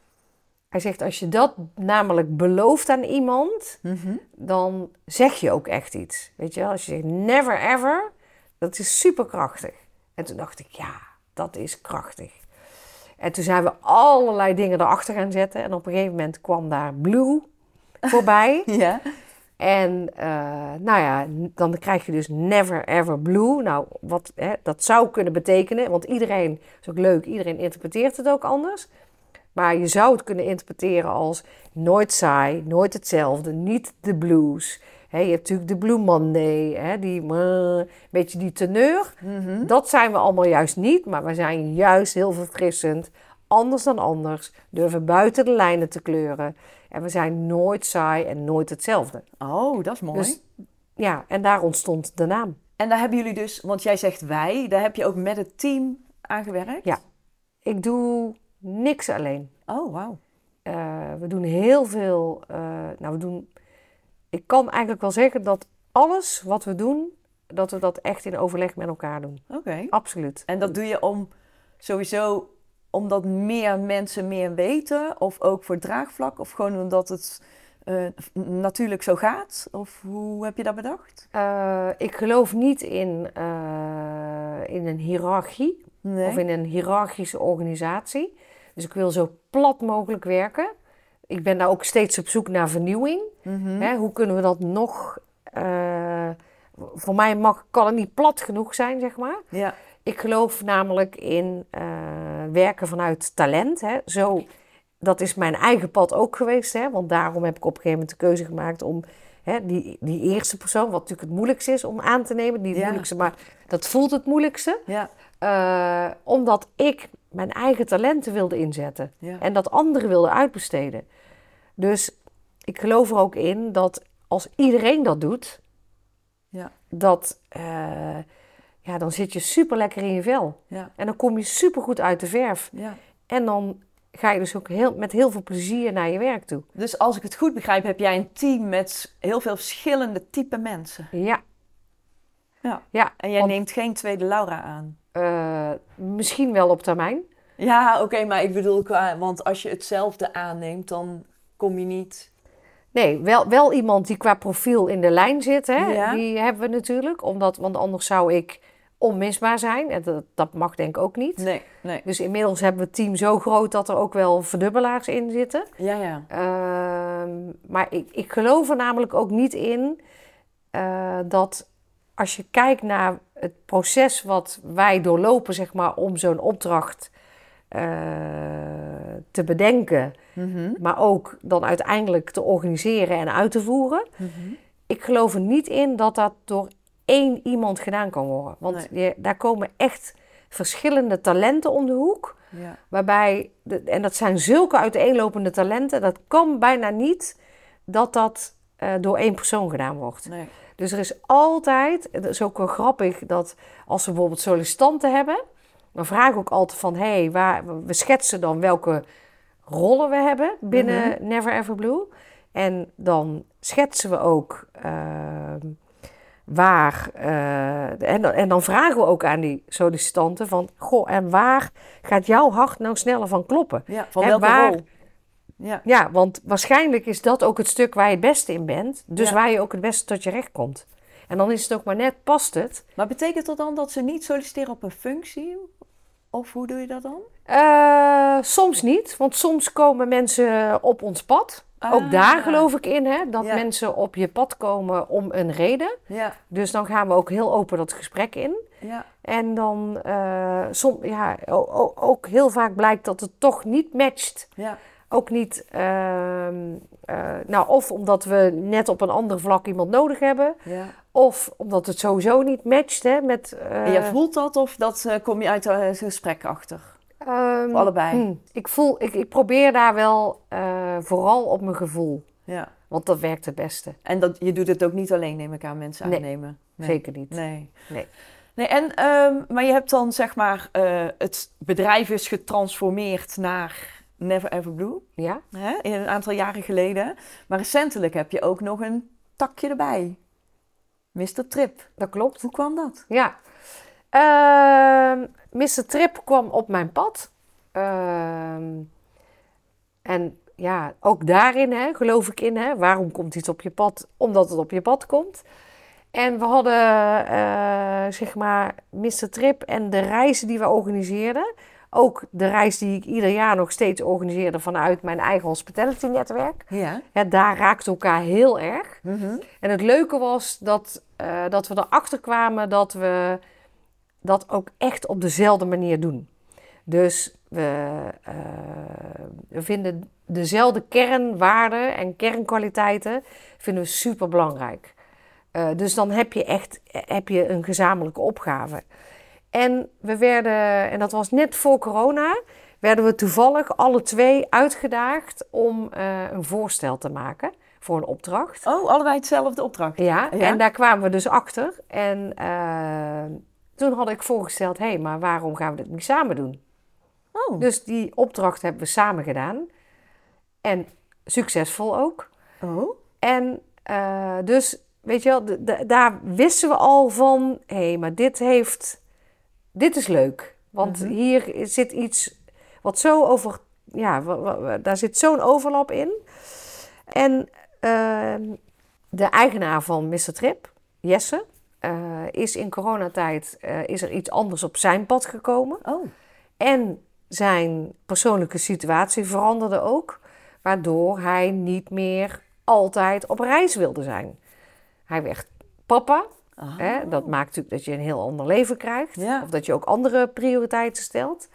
Hij zegt, als je dat namelijk belooft aan iemand, Mm-hmm. dan zeg je ook echt iets. Weet je wel, als je zegt never ever, dat is superkrachtig. En toen dacht ik, ja, dat is krachtig. En toen zijn we allerlei dingen erachter gaan zetten. En op een gegeven moment kwam daar Blue voorbij. Ja. En uh, nou ja, dan krijg je dus never ever blue. Nou, wat hè, dat zou kunnen betekenen, want iedereen, is ook leuk, iedereen interpreteert het ook anders. Maar je zou het kunnen interpreteren als nooit saai, nooit hetzelfde, niet de blues. He, je hebt natuurlijk de Blue Monday, he, die uh, beetje die teneur. Mm-hmm. Dat zijn we allemaal juist niet, maar we zijn juist heel verfrissend, anders dan anders, durven buiten de lijnen te kleuren. En we zijn nooit saai en nooit hetzelfde. Oh, dat is mooi. Dus, ja, en daar ontstond de naam. En daar hebben jullie dus, want jij zegt wij, daar heb je ook met het team aan gewerkt? Ja, ik doe niks alleen. Oh, wauw. Uh, we doen heel veel, uh, nou we doen, ik kan eigenlijk wel zeggen dat alles wat we doen, dat we dat echt in overleg met elkaar doen. Oké. Okay. Absoluut. En dat doe je om sowieso omdat meer mensen meer weten? Of ook voor draagvlak? Of gewoon omdat het uh, natuurlijk zo gaat? Of hoe heb je dat bedacht? Uh, ik geloof niet in, uh, in een hiërarchie. Nee. Of in een hiërarchische organisatie. Dus ik wil zo plat mogelijk werken. Ik ben daar ook steeds op zoek naar vernieuwing. Mm-hmm. Hè, hoe kunnen we dat nog... Uh, voor mij mag, kan het niet plat genoeg zijn, zeg maar. Ja. Ik geloof namelijk in uh, werken vanuit talent. Hè. Zo, dat is mijn eigen pad ook geweest. Hè, want daarom heb ik op een gegeven moment de keuze gemaakt om... Hè, die, die eerste persoon, wat natuurlijk het moeilijkste is om aan te nemen. Die het ja. moeilijkste, maar dat voelt het moeilijkste. Ja. Uh, omdat ik mijn eigen talenten wilde inzetten. Ja. En dat anderen wilden uitbesteden. Dus ik geloof er ook in dat als iedereen dat doet... Ja. Dat, uh, ja, dan zit je super lekker in je vel. Ja. En dan kom je super goed uit de verf. Ja. En dan ga je dus ook heel, met heel veel plezier naar je werk toe. Dus als ik het goed begrijp, heb jij een team met heel veel verschillende type mensen. Ja. Ja. ja En jij want, neemt geen tweede Laura aan? Uh, misschien wel op termijn. Ja, oké, okay, maar ik bedoel, qua, want als je hetzelfde aanneemt, dan kom je niet... Nee, wel, wel iemand die qua profiel in de lijn zit, hè? Ja. Die hebben we natuurlijk. Omdat, want anders zou ik onmisbaar zijn. En dat, dat mag denk ik ook niet. Nee, nee. Dus inmiddels hebben we het team zo groot dat er ook wel verdubbelaars in zitten. Ja, ja. Uh, maar ik, ik geloof er namelijk ook niet in uh, dat als je kijkt naar het proces wat wij doorlopen, zeg maar, om zo'n opdracht uh, te bedenken, mm-hmm. maar ook dan uiteindelijk te organiseren en uit te voeren. Mm-hmm. Ik geloof er niet in dat dat door één iemand gedaan kan worden. Want nee. je, daar komen echt verschillende talenten om de hoek. Ja. Waarbij, de, en dat zijn zulke uiteenlopende talenten, dat kan bijna niet dat dat uh, door één persoon gedaan wordt. Nee. Dus er is altijd, het is ook wel grappig dat als we bijvoorbeeld sollicitanten hebben, dan vragen we ook altijd van, hé, hey, waar, we schetsen dan welke rollen we hebben binnen mm-hmm. Never Ever Blue. En dan schetsen we ook uh, waar, uh, en, en dan vragen we ook aan die sollicitanten van, goh, en waar gaat jouw hart nou sneller van kloppen? Ja, van en welke waar, rol? Ja. ja, want waarschijnlijk is dat ook het stuk waar je het beste in bent. Dus ja. waar je ook het beste tot je recht komt. En dan is het ook maar net, past het? Maar betekent dat dan dat ze niet solliciteren op een functie? Of hoe doe je dat dan? Uh, soms niet, want soms komen mensen op ons pad. Ah, ook daar geloof ik in, hè, dat ja. mensen op je pad komen om een reden. Ja. Dus dan gaan we ook heel open dat gesprek in. Ja. En dan uh, som, ja, o, ook heel vaak blijkt dat het toch niet matcht. Ja. Ook niet, uh, uh, nou, of omdat we net op een ander vlak iemand nodig hebben. Ja. Of omdat het sowieso niet matcht. Hè, met, uh, en je voelt dat of dat uh, kom je uit het gesprek achter? Um, of allebei? Hmm, ik, voel, ik, ik probeer daar wel uh, vooral op mijn gevoel. Ja. Want dat werkt het beste. En dat, je doet het ook niet alleen, neem ik aan, mensen nee, aannemen? Nee, zeker niet. Nee. nee. nee en, um, maar je hebt dan zeg maar, uh, het bedrijf is getransformeerd naar Never Ever Blue. Ja. Hè, in een aantal jaren geleden. Maar recentelijk heb je ook nog een takje erbij. mister Trip. Dat klopt. Hoe kwam dat? Ja. Uh, mister Trip kwam op mijn pad. Uh, en ja, ook daarin hè, geloof ik in. Hè, waarom komt iets op je pad? Omdat het op je pad komt. En we hadden uh, zeg maar mister Trip en de reizen die we organiseerden. Ook de reis die ik ieder jaar nog steeds organiseerde vanuit mijn eigen hospitality netwerk. Ja. Ja, daar raakten elkaar heel erg. Mm-hmm. En het leuke was dat, uh, dat we erachter kwamen dat we dat ook echt op dezelfde manier doen. Dus we, uh, we vinden dezelfde kernwaarden en kernkwaliteiten vinden we super belangrijk. Uh, dus dan heb je echt heb je een gezamenlijke opgave. En we werden, en dat was net voor corona, werden we toevallig alle twee uitgedaagd om uh, een voorstel te maken voor een opdracht. Oh, allebei hetzelfde opdracht? Ja, ja? En daar kwamen we dus achter. En uh, toen had ik voorgesteld, hé, hey, maar waarom gaan we dit niet samen doen? Oh. Dus die opdracht hebben we samen gedaan. En succesvol ook. Oh. En uh, dus, weet je wel, d- d- daar wisten we al van, hé, hey, maar dit heeft... Dit is leuk, want mm-hmm. hier zit iets wat zo over... Ja, w- w- daar zit zo'n overlap in. En uh, de eigenaar van mister Trip, Jesse, uh, is in coronatijd uh, is er iets anders op zijn pad gekomen. Oh. En zijn persoonlijke situatie veranderde ook, waardoor hij niet meer altijd op reis wilde zijn. Hij werd papa. Oh. Hè? Dat maakt natuurlijk dat je een heel ander leven krijgt. Ja. Of dat je ook andere prioriteiten stelt.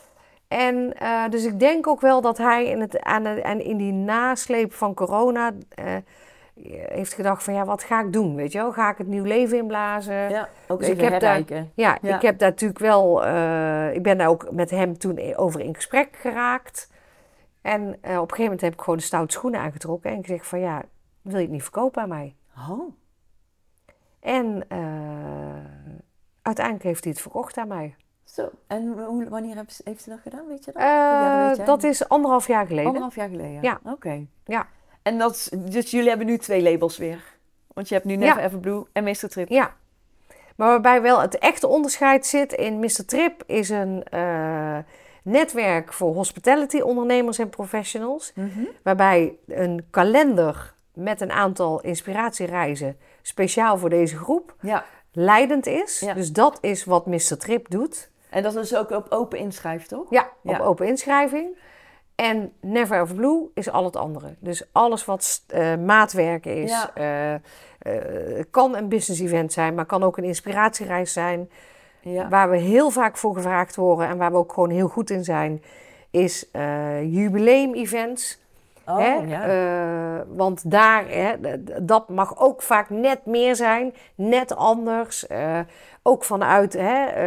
En uh, dus ik denk ook wel dat hij in, het, aan, de, aan in die nasleep van corona uh, heeft gedacht van ja, wat ga ik doen? Weet je wel? Ga ik het nieuw leven inblazen? Ja, ook dus even ik heb herrijken. daar, ja, ja, ik heb daar natuurlijk wel... Uh, ik ben daar ook met hem toen over in gesprek geraakt. En uh, op een gegeven moment heb ik gewoon de stoute schoenen aangetrokken. En ik zeg van ja, wil je het niet verkopen aan mij? Oh. En uh, uiteindelijk heeft hij het verkocht aan mij. Zo, en hoe, wanneer heb, heeft ze dat gedaan, weet je dat? Uh, ja, dat, weet jij. dat is anderhalf jaar geleden. Anderhalf jaar geleden? Ja. Oké. Okay. Ja. En dat, dus jullie hebben nu twee labels weer? Want je hebt nu Never ja. Ever Blue en mister Trip. Ja. Maar waarbij wel het echte onderscheid zit in mister Trip is een uh, netwerk voor hospitality ondernemers en professionals. Mm-hmm. Waarbij een kalender met een aantal inspiratiereizen speciaal voor deze groep ja. leidend is. Ja. Dus dat is wat mister Trip doet. En dat is ook op open inschrijf, toch? Ja, op ja. open inschrijving. En Never Ever Blue is al het andere. Dus alles wat uh, maatwerk is. Ja. Uh, uh, kan een business event zijn, maar kan ook een inspiratiereis zijn. Ja. Waar we heel vaak voor gevraagd worden en waar we ook gewoon heel goed in zijn, is uh, jubileum-events. Oh, hè? Ja. Uh, want daar, hè, dat mag ook vaak net meer zijn, net anders. Uh, ook vanuit hè, uh,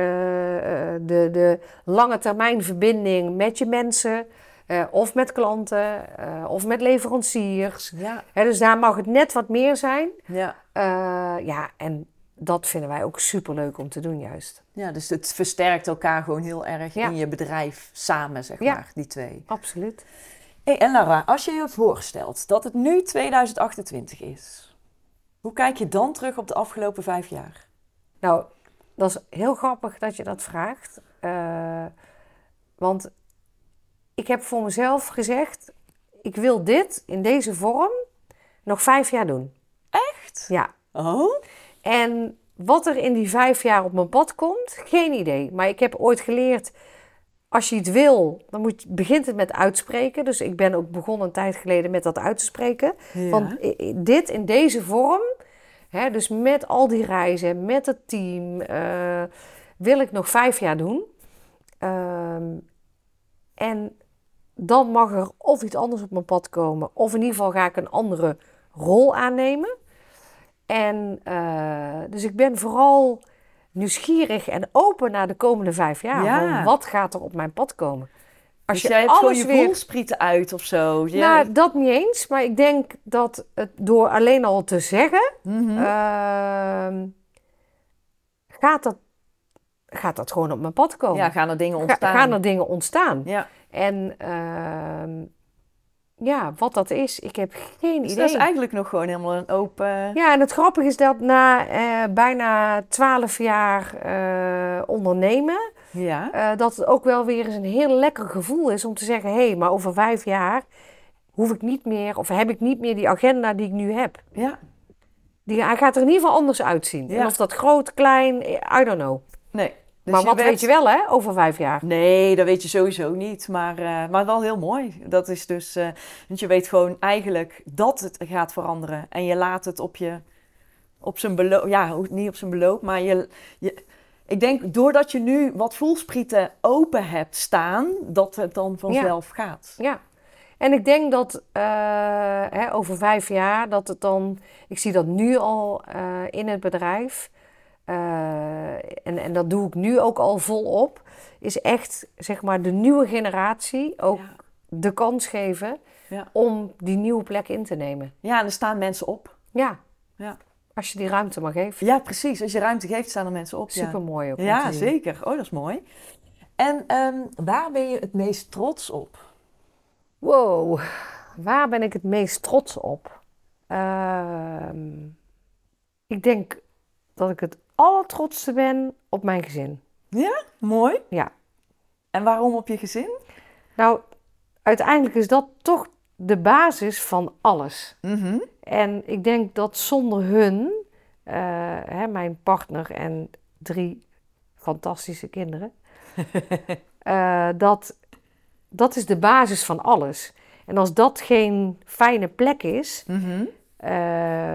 de, de lange termijn verbinding met je mensen. Uh, of met klanten, uh, of met leveranciers. Ja. Hè, dus daar mag het net wat meer zijn. Ja. Uh, ja, en dat vinden wij ook superleuk om te doen juist. Ja, dus het versterkt elkaar gewoon heel erg ja. in je bedrijf samen, zeg ja. maar, die twee. Absoluut. Hey, en Laura, als je je voorstelt dat het nu tweeduizend achtentwintig is, hoe kijk je dan terug op de afgelopen vijf jaar? Nou, dat is heel grappig dat je dat vraagt. Uh, want ik heb voor mezelf gezegd, ik wil dit in deze vorm nog vijf jaar doen. Echt? Ja. Oh? En wat er in die vijf jaar op mijn pad komt, geen idee. Maar ik heb ooit geleerd, als je het wil, dan moet je, begint het met uitspreken. Dus ik ben ook begonnen een tijd geleden met dat uit te spreken. Ja. Want dit in deze vorm, hè, dus met al die reizen, met het team, uh, wil ik nog vijf jaar doen. Um, en dan mag er of iets anders op mijn pad komen, of in ieder geval ga ik een andere rol aannemen. En uh, dus ik ben vooral nieuwsgierig en open naar de komende vijf jaar. Ja. Van wat gaat er op mijn pad komen? Als dus je jij hebt alles gewoon je voelsprieten weer... uit of zo? Jij... Nou, dat niet eens. Maar ik denk dat het door alleen al te zeggen, mm-hmm. uh, gaat, dat, gaat dat gewoon op mijn pad komen. Ja, gaan er dingen ontstaan. Ga, gaan er dingen ontstaan. Ja. En uh, ja, wat dat is, ik heb geen dus idee. Dat is eigenlijk nog gewoon helemaal een open... Ja, en het grappige is dat na uh, bijna twaalf jaar uh, ondernemen... Ja. Uh, dat het ook wel weer eens een heel lekker gevoel is om te zeggen... hé, hey, maar over vijf jaar hoef ik niet meer... of heb ik niet meer die agenda die ik nu heb. Ja. Die, hij gaat er in ieder geval anders uitzien. Ja. En of dat groot, klein, I don't know. Nee. Dus maar wat werd... weet je wel, hè, over vijf jaar? Nee, dat weet je sowieso niet. Maar, uh, maar wel heel mooi. Dat is dus... Uh, want je weet gewoon eigenlijk dat het gaat veranderen. En je laat het op je... op zijn beloop... Ja, niet op zijn beloop, maar je... je ik denk, doordat je nu wat voelsprieten open hebt staan... dat het dan vanzelf ja. gaat. Ja. En ik denk dat uh, hè, over vijf jaar... dat het dan... Ik zie dat nu al uh, in het bedrijf... Uh, en, en dat doe ik nu ook al volop, is echt zeg maar de nieuwe generatie ook ja. de kans geven ja. om die nieuwe plek in te nemen. Ja, en er staan mensen op. Ja, ja. Als je die ruimte maar geeft. Ja, precies. Als je ruimte geeft, staan er mensen op. Supermooi ja. ook. Ja, zeker. Oh, dat is mooi. En um, waar ben je het meest trots op? Wow, waar ben ik het meest trots op? Uh, ik denk dat ik het allertrotste ben op mijn gezin. Ja? Mooi. Ja. En waarom op je gezin? Nou, uiteindelijk is dat toch de basis van alles. Mm-hmm. En ik denk dat zonder hun, uh, hè, mijn partner en drie fantastische kinderen, uh, dat, dat is de basis van alles. En als dat geen fijne plek is, mm-hmm. uh,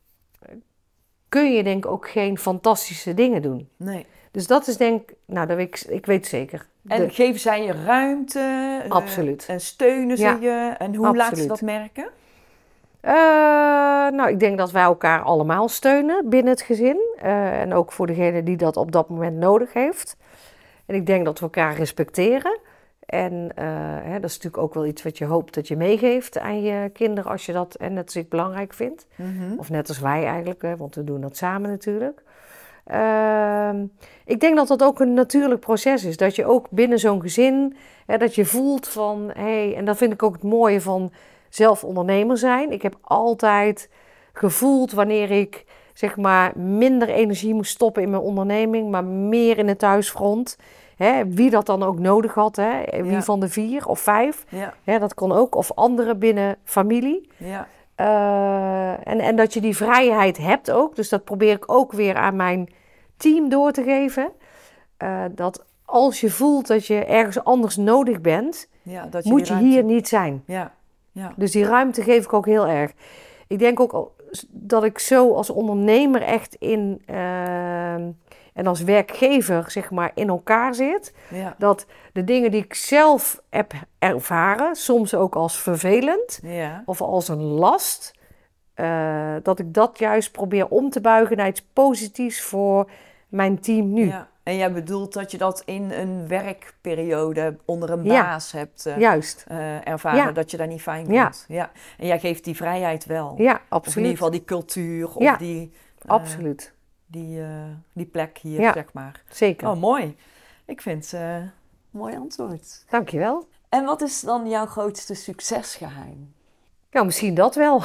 kun je denk ik ook geen fantastische dingen doen. Nee. Dus dat is denk ik, nou dat weet ik, ik weet zeker. En de... geven zij je ruimte? Absoluut. Uh, en steunen ze ja, je? En hoe absoluut. laat ze dat merken? Uh, nou, ik denk dat wij elkaar allemaal steunen binnen het gezin. Uh, en ook voor degene die dat op dat moment nodig heeft. En ik denk dat we elkaar respecteren. En uh, hè, dat is natuurlijk ook wel iets wat je hoopt dat je meegeeft aan je kinderen als je dat en net als ik belangrijk vindt. Mm-hmm. Of net als wij eigenlijk, hè, want we doen dat samen natuurlijk. Uh, ik denk dat dat ook een natuurlijk proces is. Dat je ook binnen zo'n gezin, hè, dat je voelt van... Hey, en dat vind ik ook het mooie van zelf ondernemer zijn. Ik heb altijd gevoeld wanneer ik zeg maar minder energie moest stoppen in mijn onderneming, maar meer in het thuisfront. Hè, wie dat dan ook nodig had, hè? Wie ja. van de vier of vijf, ja. hè, dat kon ook. Of anderen binnen familie. Ja. Uh, en, en dat je die vrijheid hebt ook. Dus dat probeer ik ook weer aan mijn team door te geven. Uh, dat als je voelt dat je ergens anders nodig bent, ja, dat je moet je ruimte... hier niet zijn. Ja. Ja. Dus die ruimte geef ik ook heel erg. Ik denk ook dat ik zo als ondernemer echt in... Uh, en als werkgever zeg maar in elkaar zit. Ja. Dat de dingen die ik zelf heb ervaren, soms ook als vervelend ja. of als een last, uh, dat ik dat juist probeer om te buigen naar iets positiefs voor mijn team nu. Ja. En jij bedoelt dat je dat in een werkperiode onder een baas ja. hebt uh, juist. Uh, ervaren, ja. dat je daar niet fijn vond. Ja. Ja. En jij geeft die vrijheid wel. Ja, absoluut. Of in ieder geval die cultuur of ja. die... Uh, absoluut. Die, uh, die plek hier, ja, zeg maar. Zeker. Oh, mooi. Ik vind het uh, een mooi antwoord. Dankjewel. En wat is dan jouw grootste succesgeheim? Nou, misschien dat wel.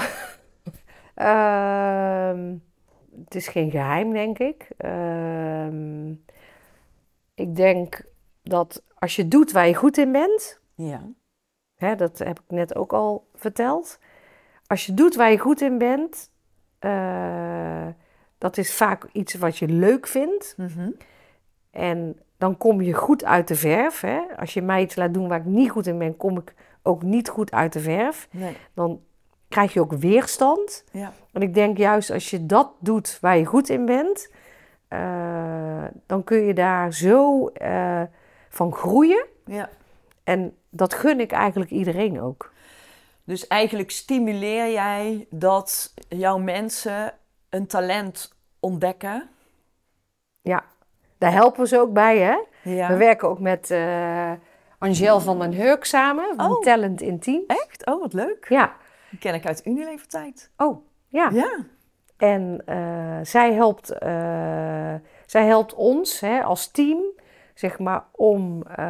uh, het is geen geheim, denk ik. Uh, ik denk dat als je doet waar je goed in bent... Ja. Hè, dat heb ik net ook al verteld. Als je doet waar je goed in bent... Uh, dat is vaak iets wat je leuk vindt. Mm-hmm. En dan kom je goed uit de verf. Hè? Als je mij iets laat doen waar ik niet goed in ben, kom ik ook niet goed uit de verf. Nee. Dan krijg je ook weerstand. Ja. En ik denk juist als je dat doet waar je goed in bent, uh, dan kun je daar zo uh, van groeien. Ja. En dat gun ik eigenlijk iedereen ook. Dus eigenlijk stimuleer jij dat jouw mensen een talent ontdekken. Ja, daar helpen we ze ook bij, hè? Ja. We werken ook met uh, Angel van den Hurk samen, van oh. Talent in Teams. Echt? Oh, wat leuk. Ja. Die ken ik uit Unilever tijd. Oh, ja. Ja. En uh, zij, helpt, uh, zij helpt ons hè, als team, zeg maar, om... Uh,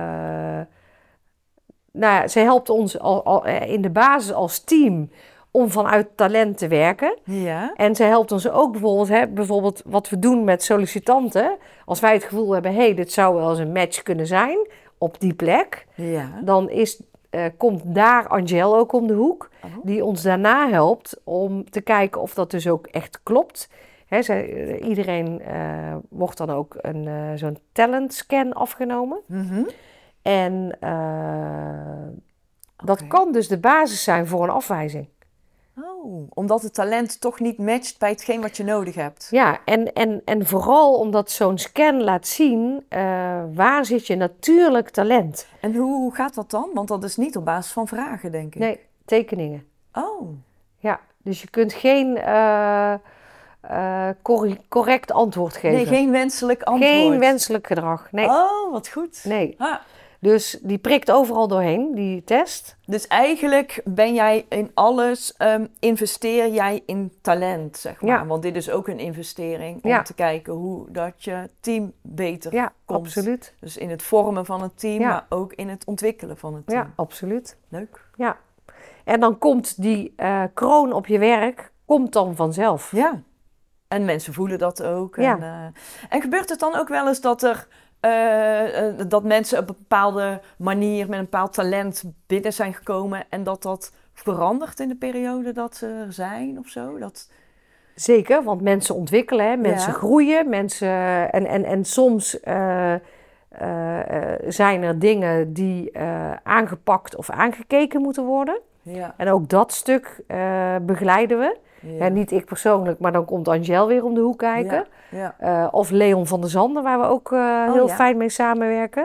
nou ja, zij helpt ons al, al, in de basis als team... om vanuit talent te werken. Ja. En zij helpt ons ook bijvoorbeeld, hè, bijvoorbeeld wat we doen met sollicitanten. Als wij het gevoel hebben, hé, hey, dit zou wel eens een match kunnen zijn op die plek. Ja. Dan is, uh, komt daar Angel ook om de hoek. Oh. Die ons daarna helpt om te kijken of dat dus ook echt klopt. Hè, zij, uh, iedereen uh, wordt dan ook een, uh, zo'n talent scan afgenomen. Mm-hmm. En uh, dat okay. kan dus de basis zijn voor een afwijzing. Oh, omdat het talent toch niet matcht bij hetgeen wat je nodig hebt. Ja, en, en, en vooral omdat zo'n scan laat zien uh, waar zit je natuurlijk talent. En hoe, hoe gaat dat dan? Want dat is niet op basis van vragen, denk ik. Nee, tekeningen. Oh. Ja, dus je kunt geen uh, uh, cor- correct antwoord geven. Nee, geen wenselijk antwoord. Geen wenselijk gedrag, nee. Oh, wat goed. Nee. Ah. Dus die prikt overal doorheen, die test. Dus eigenlijk ben jij in alles, um, investeer jij in talent, zeg maar. Ja. Want dit is ook een investering om ja. te kijken hoe dat je team beter ja, komt. Absoluut. Dus in het vormen van het team, ja. maar ook in het ontwikkelen van het team. Ja, absoluut. Leuk. Ja. En dan komt die uh, kroon op je werk, komt dan vanzelf. Ja. En mensen voelen dat ook. Ja. En, uh, en gebeurt het dan ook wel eens dat er... Uh, uh, dat mensen op een bepaalde manier met een bepaald talent binnen zijn gekomen en dat dat verandert in de periode dat ze er zijn of zo? Dat... Zeker, want mensen ontwikkelen, hè? Mensen ja. groeien, mensen, en, en, en soms uh, uh, uh, zijn er dingen die uh, aangepakt of aangekeken moeten worden. Ja. En ook dat stuk uh, begeleiden we. Ja. Ja, niet ik persoonlijk, maar dan komt Angel weer om de hoek kijken. Ja. Ja. Uh, of Leon van der Zanden, waar we ook uh, oh, heel ja. fijn mee samenwerken.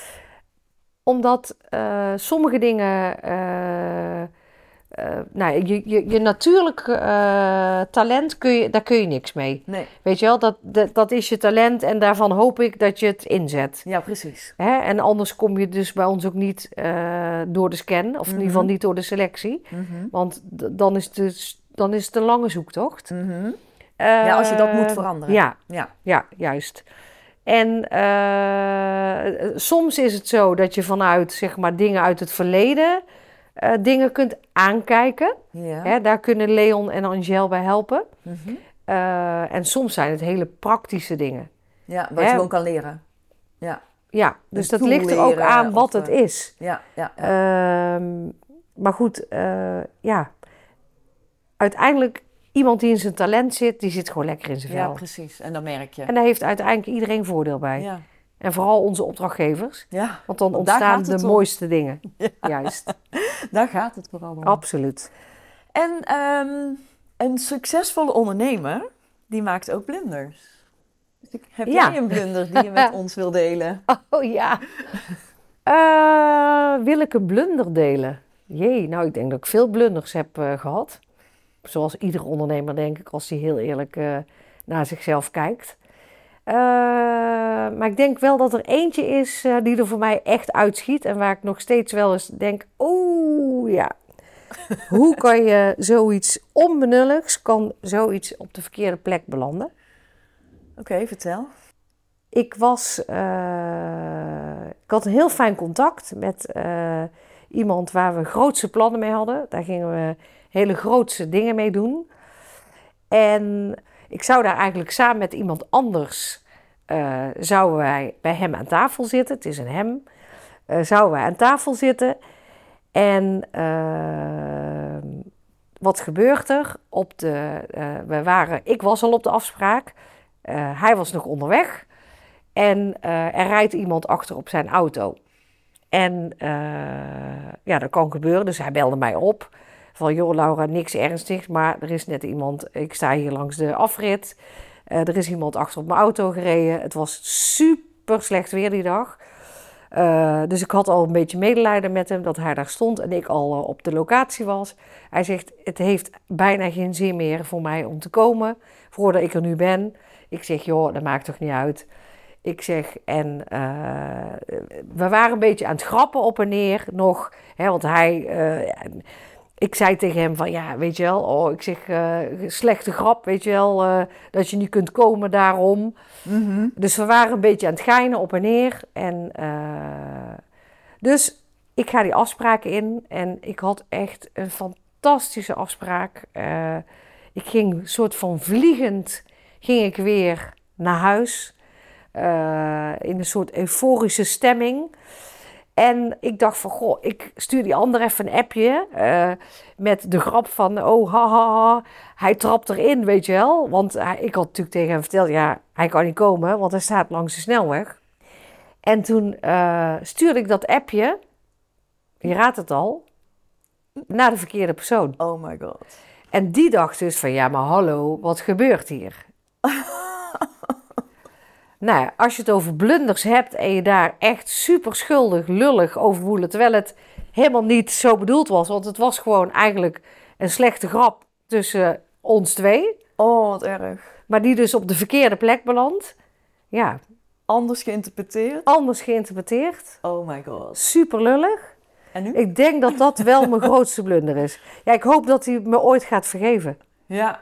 Omdat uh, sommige dingen... Uh, uh, nou, je, je, je natuurlijke uh, talent, kun je, daar kun je niks mee. Nee. Weet je wel, dat, dat, dat is je talent en daarvan hoop ik dat je het inzet. Ja, precies. Hè? En anders kom je dus bij ons ook niet uh, door de scan. Of mm-hmm. in ieder geval niet door de selectie. Mm-hmm. Want d- dan is het dus... Dan is het een lange zoektocht. Mm-hmm. Uh, ja, als je dat moet veranderen. Ja, ja. ja juist. En uh, soms is het zo dat je vanuit, zeg maar, dingen uit het verleden uh, dingen kunt aankijken. Ja. Hè, daar kunnen Leon en Angel bij helpen. Mm-hmm. Uh, en soms zijn het hele praktische dingen. Ja, wat je gewoon kan leren. Ja, ja dus dat ligt er ook aan wat of, het is. Ja, ja, ja. Uh, maar goed, uh, ja. Uiteindelijk, iemand die in zijn talent zit, die zit gewoon lekker in zijn vel. Ja, precies. En dat merk je. En daar heeft uiteindelijk iedereen voordeel bij. Ja. En vooral onze opdrachtgevers. Ja, want dan want ontstaan de om. mooiste dingen. Ja. Juist. Daar gaat het vooral om. Absoluut. En um, een succesvolle ondernemer, die maakt ook blunders. Dus heb ja. jij een blunder die je met ons wil delen? Oh ja. uh, wil ik een blunder delen? Jee, nou ik denk dat ik veel blunders heb uh, gehad. Zoals iedere ondernemer, denk ik, als hij heel eerlijk uh, naar zichzelf kijkt. Uh, maar ik denk wel dat er eentje is uh, die er voor mij echt uitschiet. En waar ik nog steeds wel eens denk, oeh ja. Hoe kan je zoiets onbenulligs, kan zoiets op de verkeerde plek belanden? Oké, okay, vertel. Ik was, uh, ik had een heel fijn contact met uh, iemand waar we grootse plannen mee hadden. Daar gingen we hele grootse dingen mee doen. En ik zou daar eigenlijk samen met iemand anders, uh, zouden wij bij hem aan tafel zitten. Het is een hem. Uh, zouden wij aan tafel zitten. En uh, wat gebeurt er? Op de, uh, we waren, ik was al op de afspraak. Uh, hij was nog onderweg. En uh, er rijdt iemand achter op zijn auto. En uh, ja, dat kan gebeuren. Dus hij belde mij op. Van, joh Laura, niks ernstigs, maar er is net iemand, ik sta hier langs de afrit. Uh, er is iemand achter op mijn auto gereden. Het was super slecht weer die dag. Uh, dus ik had al een beetje medelijden met hem dat hij daar stond en ik al uh, op de locatie was. Hij zegt, het heeft bijna geen zin meer voor mij om te komen, voordat ik er nu ben. Ik zeg, joh, dat maakt toch niet uit. Ik zeg, en uh, we waren een beetje aan het grappen op en neer nog, hè, want hij... Uh, Ik zei tegen hem van, ja, weet je wel, oh, ik zeg, uh, slechte grap, weet je wel, uh, dat je niet kunt komen daarom. Mm-hmm. Dus we waren een beetje aan het geinen op en neer. En, uh, dus ik ga die afspraken in en ik had echt een fantastische afspraak. Uh, ik ging een soort van vliegend, ging ik weer naar huis, uh, in een soort euforische stemming. En ik dacht van, goh, ik stuur die ander even een appje uh, met de grap van, oh, haha, ha, hij trapt erin, weet je wel. Want hij, ik had natuurlijk tegen hem verteld, ja, hij kan niet komen, want hij staat langs de snelweg. En toen uh, stuurde ik dat appje, je raadt het al, naar de verkeerde persoon. Oh my god. En die dacht dus van, ja, maar hallo, wat gebeurt hier? Nou ja, als je het over blunders hebt en je daar echt super schuldig, lullig over voelen, terwijl het helemaal niet zo bedoeld was. Want het was gewoon eigenlijk een slechte grap tussen ons twee. Oh, wat erg. Maar die dus op de verkeerde plek belandt. Ja. Anders geïnterpreteerd? Anders geïnterpreteerd. Oh my god. Super lullig. En nu? Ik denk dat dat wel mijn grootste blunder is. Ja, ik hoop dat hij me ooit gaat vergeven. Ja.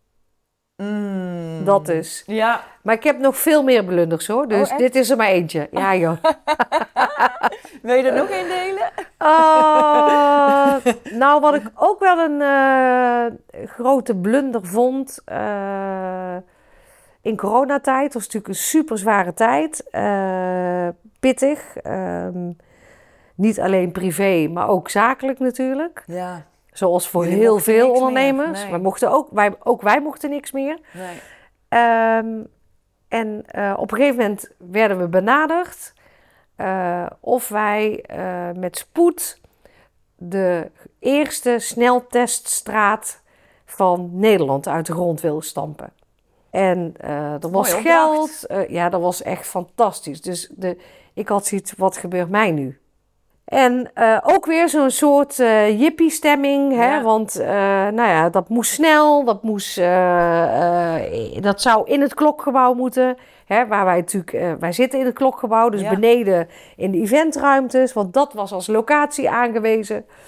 Mm. Dat dus. Ja. Maar ik heb nog veel meer blunders hoor. Dus oh, dit is er maar eentje. Ja joh. Wil je er nog één delen? Uh, nou, wat ik ook wel een uh, grote blunder vond uh, in coronatijd. Was natuurlijk een super zware tijd. Uh, pittig. Uh, niet alleen privé, maar ook zakelijk natuurlijk. Ja. Zoals voor Jullie heel veel ondernemers. Nee. Wij mochten ook, wij, ook wij mochten niks meer. Nee. Um, en uh, op een gegeven moment werden we benaderd uh, of wij uh, met spoed de eerste snelteststraat van Nederland uit de grond wilden stampen. En uh, er was geld. Uh, ja, dat was echt fantastisch. Dus de, ik had zoiets, wat gebeurt mij nu? En uh, ook weer zo'n soort uh, jippie-stemming, hè? Ja. Want uh, nou ja, dat moest snel, dat, moest, uh, uh, dat zou in het klokgebouw moeten. Hè? Waar wij natuurlijk, uh, wij zitten in het klokgebouw, dus ja. beneden in de eventruimtes, want dat was als locatie aangewezen.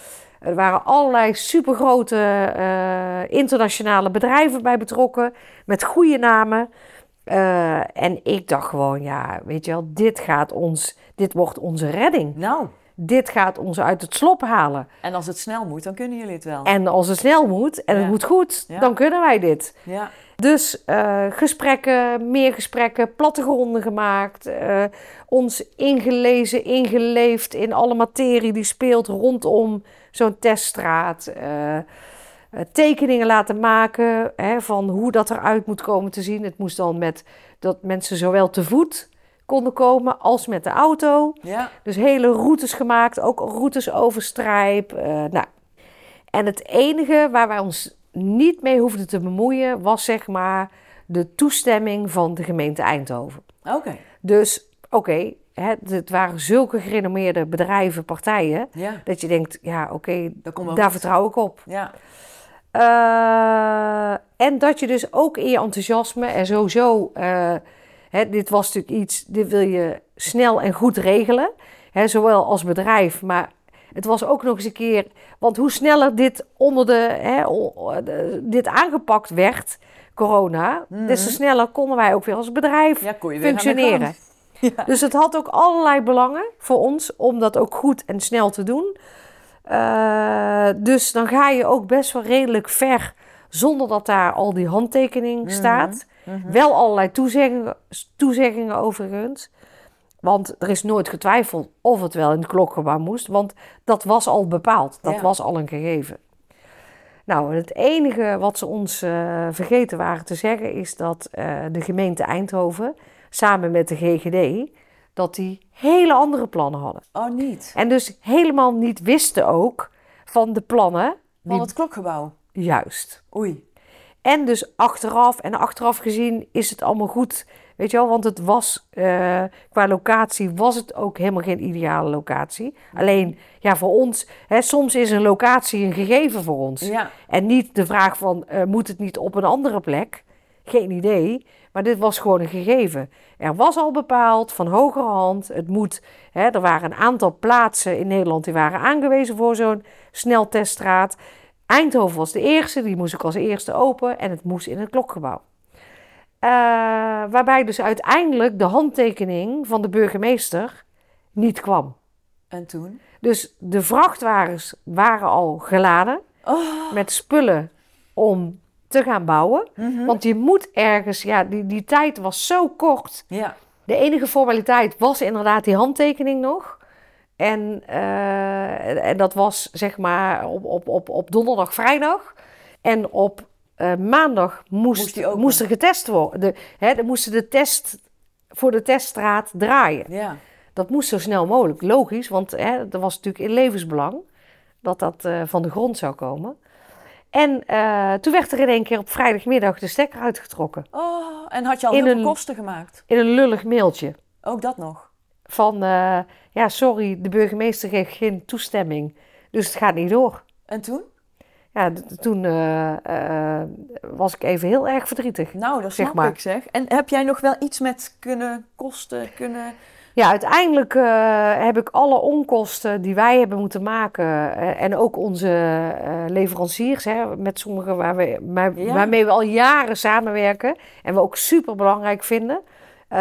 Er waren allerlei supergrote uh, internationale bedrijven bij betrokken. Met goede namen. Uh, en ik dacht gewoon, ja, weet je wel, dit gaat ons, dit wordt onze redding. Nou. Dit gaat ons uit het slop halen. En als het snel moet, dan kunnen jullie het wel. En als het snel moet en ja. het moet goed, ja. dan kunnen wij dit. Ja. Dus uh, gesprekken, meer gesprekken, plattegronden gemaakt. Uh, ons ingelezen, ingeleefd in alle materie die speelt rondom zo'n teststraat. Uh, Uh, tekeningen laten maken hè, van hoe dat eruit moet komen te zien. Het moest dan met dat mensen zowel te voet konden komen als met de auto. Ja. Dus hele routes gemaakt, ook routes over Strijp. Uh, nou. En het enige waar wij ons niet mee hoefden te bemoeien was zeg maar de toestemming van de gemeente Eindhoven. Oké. Okay. Dus oké, okay, het waren zulke gerenommeerde bedrijven, partijen, ja. dat je denkt, ja oké, okay, daar goed. vertrouw ik op. Ja. Uh, en dat je dus ook in je enthousiasme en sowieso, uh, hè, dit was natuurlijk iets, dit wil je snel en goed regelen, hè, zowel als bedrijf, maar het was ook nog eens een keer, want hoe sneller dit onder de, hè, dit aangepakt werd, corona, mm-hmm. des te sneller konden wij ook weer als bedrijf ja, kon je functioneren. Weer ja. Dus het had ook allerlei belangen voor ons om dat ook goed en snel te doen. Uh, dus dan ga je ook best wel redelijk ver zonder dat daar al die handtekening mm-hmm. staat. Mm-hmm. Wel allerlei toezeggingen, toezeggingen overigens. Want er is nooit getwijfeld of het wel in het klokgebouw moest. Want dat was al bepaald. Dat ja. was al een gegeven. Nou, het enige wat ze ons uh, vergeten waren te zeggen is dat uh, de gemeente Eindhoven samen met de G G D... dat die hele andere plannen hadden. Oh, niet? En dus helemaal niet wisten ook van de plannen. Van die... het klokgebouw? Juist. Oei. En dus achteraf, en achteraf gezien is het allemaal goed. Weet je wel, want het was, uh, qua locatie was het ook helemaal geen ideale locatie. Alleen, ja, voor ons, hè, soms is een locatie een gegeven voor ons. Ja. En niet de vraag van, uh, moet het niet op een andere plek? Geen idee. Maar dit was gewoon een gegeven. Er was al bepaald van hogerhand. Het moet, hè, er waren een aantal plaatsen in Nederland die waren aangewezen voor zo'n snelteststraat. Eindhoven was de eerste, die moest ook als eerste open en het moest in het klokgebouw. Uh, waarbij dus uiteindelijk de handtekening van de burgemeester niet kwam. En toen? Dus de vrachtwagens waren al geladen oh. met spullen om te gaan bouwen. Mm-hmm. Want je moet ergens, ja, die, die tijd was zo kort. Ja. De enige formaliteit was inderdaad die handtekening nog. En, uh, en dat was zeg maar op, op, op, op donderdag, vrijdag. En op uh, maandag moest, moest, moest er getest worden. De, hè, er moesten de test voor de teststraat draaien. Ja. Dat moest zo snel mogelijk. Logisch, want hè, dat was natuurlijk in levensbelang dat dat uh, van de grond zou komen. En uh, toen werd er in één keer op vrijdagmiddag de stekker uitgetrokken. Oh, en had je al heel veel kosten gemaakt? In een lullig mailtje. Ook dat nog? Van, uh, ja, sorry, de burgemeester geeft geen toestemming. Dus het gaat niet door. En toen? Ja, d- toen uh, uh, was ik even heel erg verdrietig. Nou, dat zeg snap maar. ik zeg. En heb jij nog wel iets met kunnen kosten, kunnen... Ja, uiteindelijk uh, heb ik alle onkosten die wij hebben moeten maken... Uh, en ook onze uh, leveranciers, hè, met sommigen waar we, waar, ja. waarmee we al jaren samenwerken... en we ook super belangrijk vinden... Uh,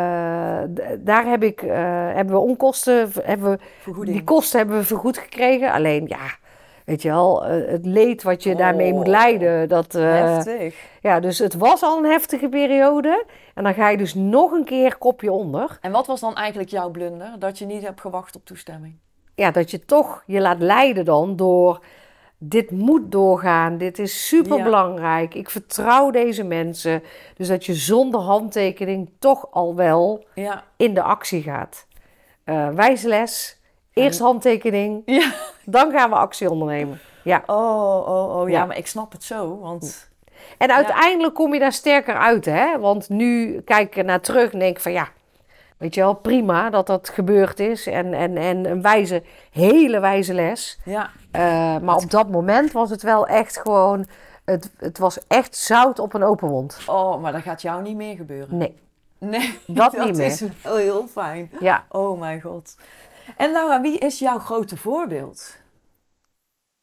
d- daar heb ik, uh, hebben we onkosten, hebben we, die kosten hebben we vergoed gekregen. Alleen, ja, weet je wel, uh, het leed wat je oh, daarmee moet lijden. Dat, uh, heftig. Ja, dus het was al een heftige periode. En dan ga je dus nog een keer kopje onder. En wat was dan eigenlijk jouw blunder? Dat je niet hebt gewacht op toestemming? Ja, dat je toch je laat leiden dan door... Dit moet doorgaan, dit is superbelangrijk. Ja. Ik vertrouw deze mensen. Dus dat je zonder handtekening toch al wel ja. in de actie gaat. Uh, wijze les, eerst handtekening, ja. dan gaan we actie ondernemen. Ja. Oh, oh, oh, ja, ja. maar ik snap het zo, want... En uiteindelijk ja. kom je daar sterker uit, hè. Want nu kijk ik naar terug en denk van ja... Weet je wel, prima dat dat gebeurd is. En, en, en een wijze, hele wijze les. Ja. Uh, maar op dat moment was het wel echt gewoon... Het, het was echt zout op een open wond. Oh, maar dat gaat jou niet meer gebeuren? Nee. Nee, dat, dat niet meer. is wel heel fijn. Ja. Oh mijn god. En Laura, wie is jouw grote voorbeeld?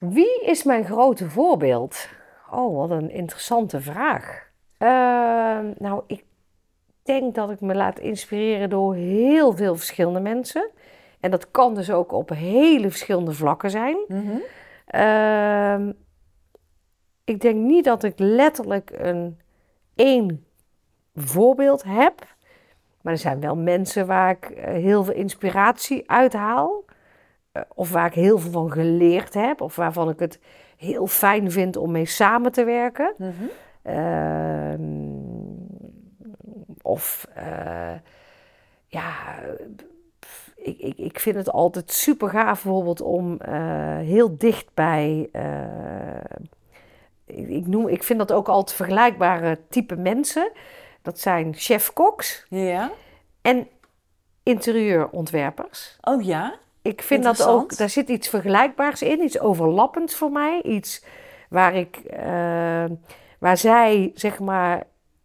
Wie is mijn grote voorbeeld? Oh, wat een interessante vraag. Uh, nou, ik denk dat ik me laat inspireren door heel veel verschillende mensen. En dat kan dus ook op hele verschillende vlakken zijn. Mm-hmm. Uh, ik denk niet dat ik letterlijk een één voorbeeld heb. Maar er zijn wel mensen waar ik heel veel inspiratie uit haal. Of waar ik heel veel van geleerd heb. Of waarvan ik het heel fijn vind om mee samen te werken. Mm-hmm. Uh, of uh, ja, ik, ik, ik vind het altijd super gaaf bijvoorbeeld om uh, heel dicht bij... Uh, ik, ik, noem, ik vind dat ook altijd vergelijkbare type mensen. Dat zijn chef-koks ja. en interieurontwerpers. Oh ja? Ik vind dat ook, daar zit iets vergelijkbaars in, iets overlappends voor mij. Iets waar ik, uh, waar zij zeg maar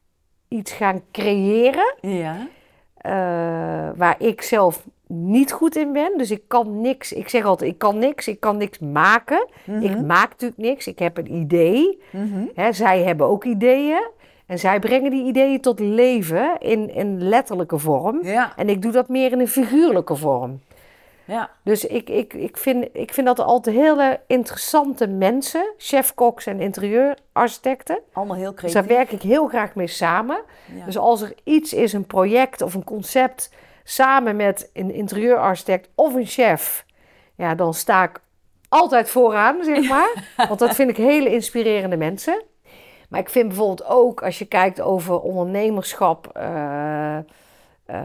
iets gaan creëren. Ja. Uh, waar ik zelf niet goed in ben. Dus ik kan niks, ik zeg altijd, ik kan niks, ik kan niks maken. Mm-hmm. Ik maak natuurlijk niks, ik heb een idee. Mm-hmm. Hè, zij hebben ook ideeën. En zij brengen die ideeën tot leven in, in letterlijke vorm. Ja. En ik doe dat meer in een figuurlijke vorm. Ja. Dus ik, ik, ik, vind, ik vind dat altijd hele interessante mensen. Chef-koks en interieurarchitecten. Allemaal heel creatief. Dus daar werk ik heel graag mee samen. Ja. Dus als er iets is, een project of een concept... samen met een interieurarchitect of een chef... ja, dan sta ik altijd vooraan, zeg maar. Want dat vind ik hele inspirerende mensen. Maar ik vind bijvoorbeeld ook, als je kijkt over ondernemerschap... Uh, uh,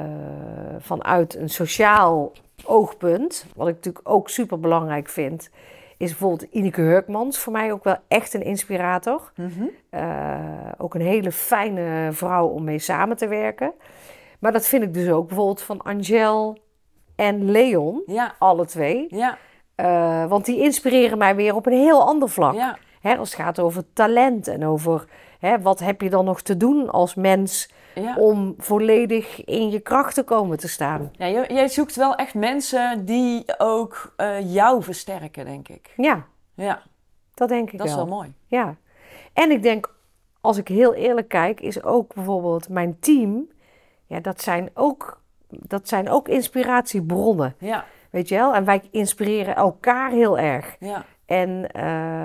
vanuit een sociaal oogpunt... wat ik natuurlijk ook super belangrijk vind... is bijvoorbeeld Ineke Hurkmans voor mij ook wel echt een inspirator. Mm-hmm. Uh, ook een hele fijne vrouw om mee samen te werken. Maar dat vind ik dus ook bijvoorbeeld van Angel en Leon, ja. alle twee. Ja. Uh, want die inspireren mij weer op een heel ander vlak. Ja. Hè, als het gaat over talent en over hè, wat heb je dan nog te doen als mens... Ja. om volledig in je kracht te komen te staan. Ja, jij zoekt wel echt mensen die ook uh, jou versterken, denk ik. Ja, ja. dat denk ik dat wel. Dat is wel mooi. Ja. En ik denk, als ik heel eerlijk kijk, is ook bijvoorbeeld mijn team... ja, dat zijn ook, dat zijn ook inspiratiebronnen. Ja. Weet je wel? En wij inspireren elkaar heel erg. Ja. En, uh,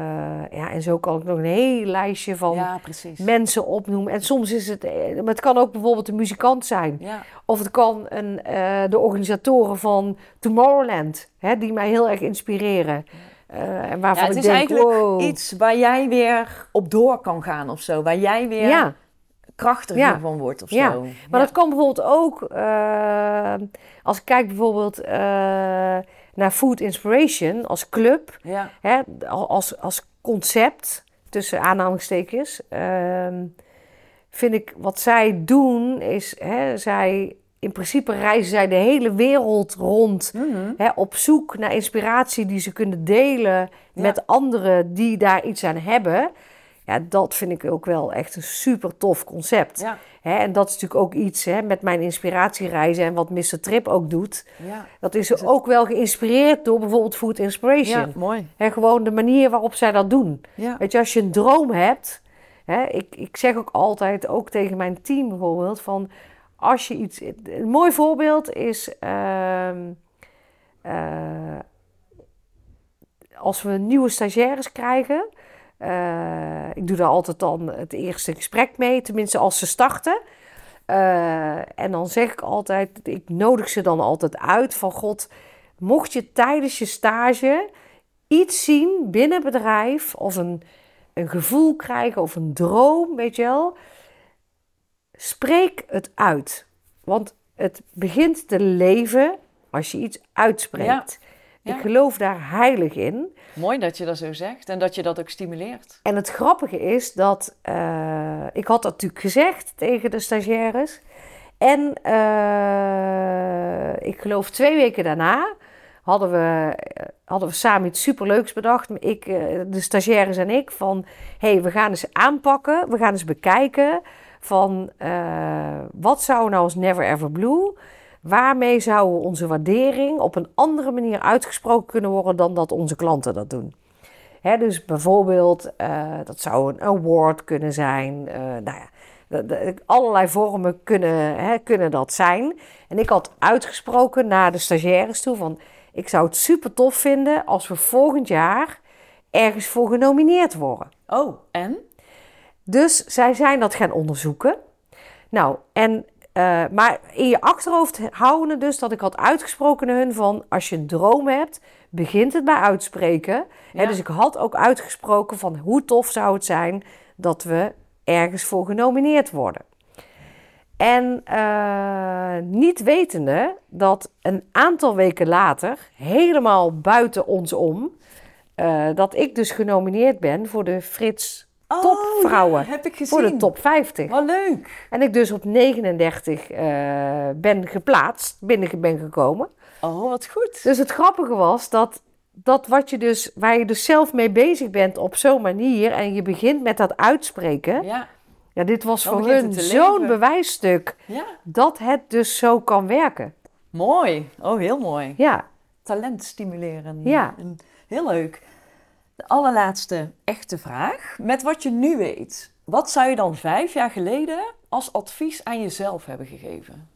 ja, en zo kan ik nog een heel lijstje van ja, mensen opnoemen. En soms is het... Maar het kan ook bijvoorbeeld een muzikant zijn. Ja. Of het kan een, uh, de organisatoren van Tomorrowland. Hè, die mij heel erg inspireren. Uh, en waarvan ja, het ik is denk, eigenlijk wow. iets waar jij weer op door kan gaan of zo. Waar jij weer ja. krachtiger ja. van wordt of ja. zo. Maar ja. dat kan bijvoorbeeld ook... Uh, als ik kijk bijvoorbeeld... Uh, naar Food Inspiration als club, ja. hè, als, als concept, tussen aanhalingstekens, uh, vind ik wat zij doen is, hè, zij, in principe reizen zij de hele wereld rond, mm-hmm. hè, op zoek naar inspiratie die ze kunnen delen ja. met anderen die daar iets aan hebben. Ja, dat vind ik ook wel echt een super tof concept. Ja. Hè, en dat is natuurlijk ook iets hè, met mijn inspiratiereizen en wat mister Trip ook doet. Ja. Dat is, is het... ook wel geïnspireerd door bijvoorbeeld Food Inspiration. Ja, mooi. Hè, gewoon de manier waarop zij dat doen. Ja. Weet je, als je een droom hebt... Hè, ik, ik zeg ook altijd, ook tegen mijn team bijvoorbeeld... van als je iets... Een mooi voorbeeld is... Uh, uh, als we nieuwe stagiaires krijgen... Uh, ik doe daar altijd dan het eerste gesprek mee, tenminste als ze starten. Uh, en dan zeg ik altijd, ik nodig ze dan altijd uit van God, mocht je tijdens je stage iets zien binnen het bedrijf of een, een gevoel krijgen of een droom, weet je wel, spreek het uit. Want het begint te leven als je iets uitspreekt. Ja. Ja. Ik geloof daar heilig in. Mooi dat je dat zo zegt en dat je dat ook stimuleert. En het grappige is dat... Uh, ik had dat natuurlijk gezegd tegen de stagiaires. En uh, ik geloof twee weken daarna... hadden we, hadden we samen iets superleuks bedacht. Ik, uh, de stagiaires en ik. Van, hé, hey, we gaan eens aanpakken. We gaan eens bekijken. Van, uh, wat zou nou als Never Ever Blue... Waarmee zou onze waardering op een andere manier uitgesproken kunnen worden dan dat onze klanten dat doen? Hè, dus bijvoorbeeld, uh, dat zou een award kunnen zijn. Uh, nou ja, de, de, allerlei vormen kunnen, hè, kunnen dat zijn. En ik had uitgesproken naar de stagiaires toe van... ik zou het super tof vinden als we volgend jaar ergens voor genomineerd worden. Oh, en? Dus zij zijn dat gaan onderzoeken. Nou, en... Uh, maar in je achterhoofd houden dus dat ik had uitgesproken naar hun van... als je een droom hebt, begint het bij uitspreken. Ja. He, dus ik had ook uitgesproken van hoe tof zou het zijn... dat we ergens voor genomineerd worden. En uh, niet wetende dat een aantal weken later, helemaal buiten ons om... Uh, dat ik dus genomineerd ben voor de Frits... Oh, topvrouwen, ja, heb ik gezien. Voor de top vijftig. Wat leuk. En ik dus op negenendertig uh, ben geplaatst, binnen ben gekomen. Oh, wat goed. Dus het grappige was dat, dat wat je dus, waar je dus zelf mee bezig bent op zo'n manier... en je begint met dat uitspreken... Ja. Ja, dit was Dan voor hun zo'n bewijsstuk ja. dat het dus zo kan werken. Mooi. Oh, heel mooi. Ja. Talent stimuleren. Ja. En heel leuk. De allerlaatste echte vraag. Met wat je nu weet, wat zou je dan vijf jaar geleden als advies aan jezelf hebben gegeven?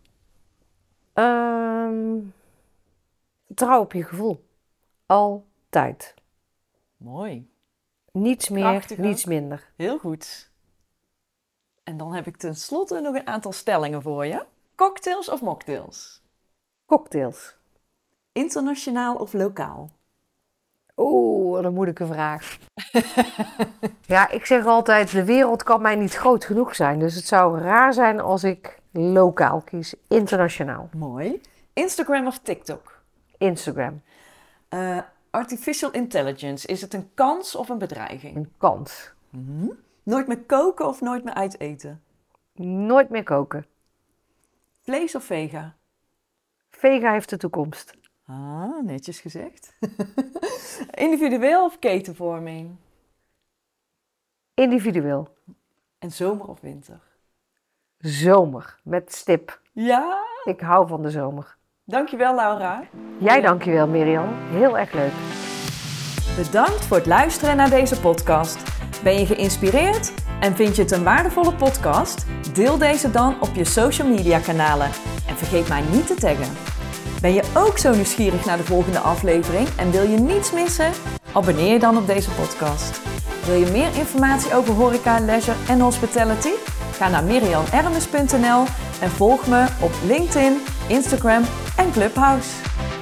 Um, vertrouw op je gevoel. Altijd. Mooi. Niets meer, Krachtig niets ook. minder. Heel goed. En dan heb ik tenslotte nog een aantal stellingen voor je. Cocktails of mocktails? Cocktails. Internationaal of lokaal? Oeh, wat een moeilijke vraag. Ja, ik zeg altijd, de wereld kan mij niet groot genoeg zijn. Dus het zou raar zijn als ik lokaal kies. Internationaal. Mooi. Instagram of TikTok? Instagram. Uh, artificial intelligence, is het een kans of een bedreiging? Een kans. Mm-hmm. Nooit meer koken of nooit meer uit eten? Nooit meer koken. Vlees of vega? Vega heeft de toekomst. Ah, netjes gezegd. Individueel of ketenvorming? Individueel. En zomer of winter? Zomer, met stip. Ja? Ik hou van de zomer. Dankjewel, Laura. Jij dankjewel, Mirjam. Heel erg leuk. Bedankt voor het luisteren naar deze podcast. Ben je geïnspireerd en vind je het een waardevolle podcast? Deel deze dan op je social media kanalen. En vergeet mij niet te taggen. Ben je ook zo nieuwsgierig naar de volgende aflevering en wil je niets missen? Abonneer je dan op deze podcast. Wil je meer informatie over horeca, leisure en hospitality? Ga naar miriam ermes punt n l en volg me op LinkedIn, Instagram en Clubhouse.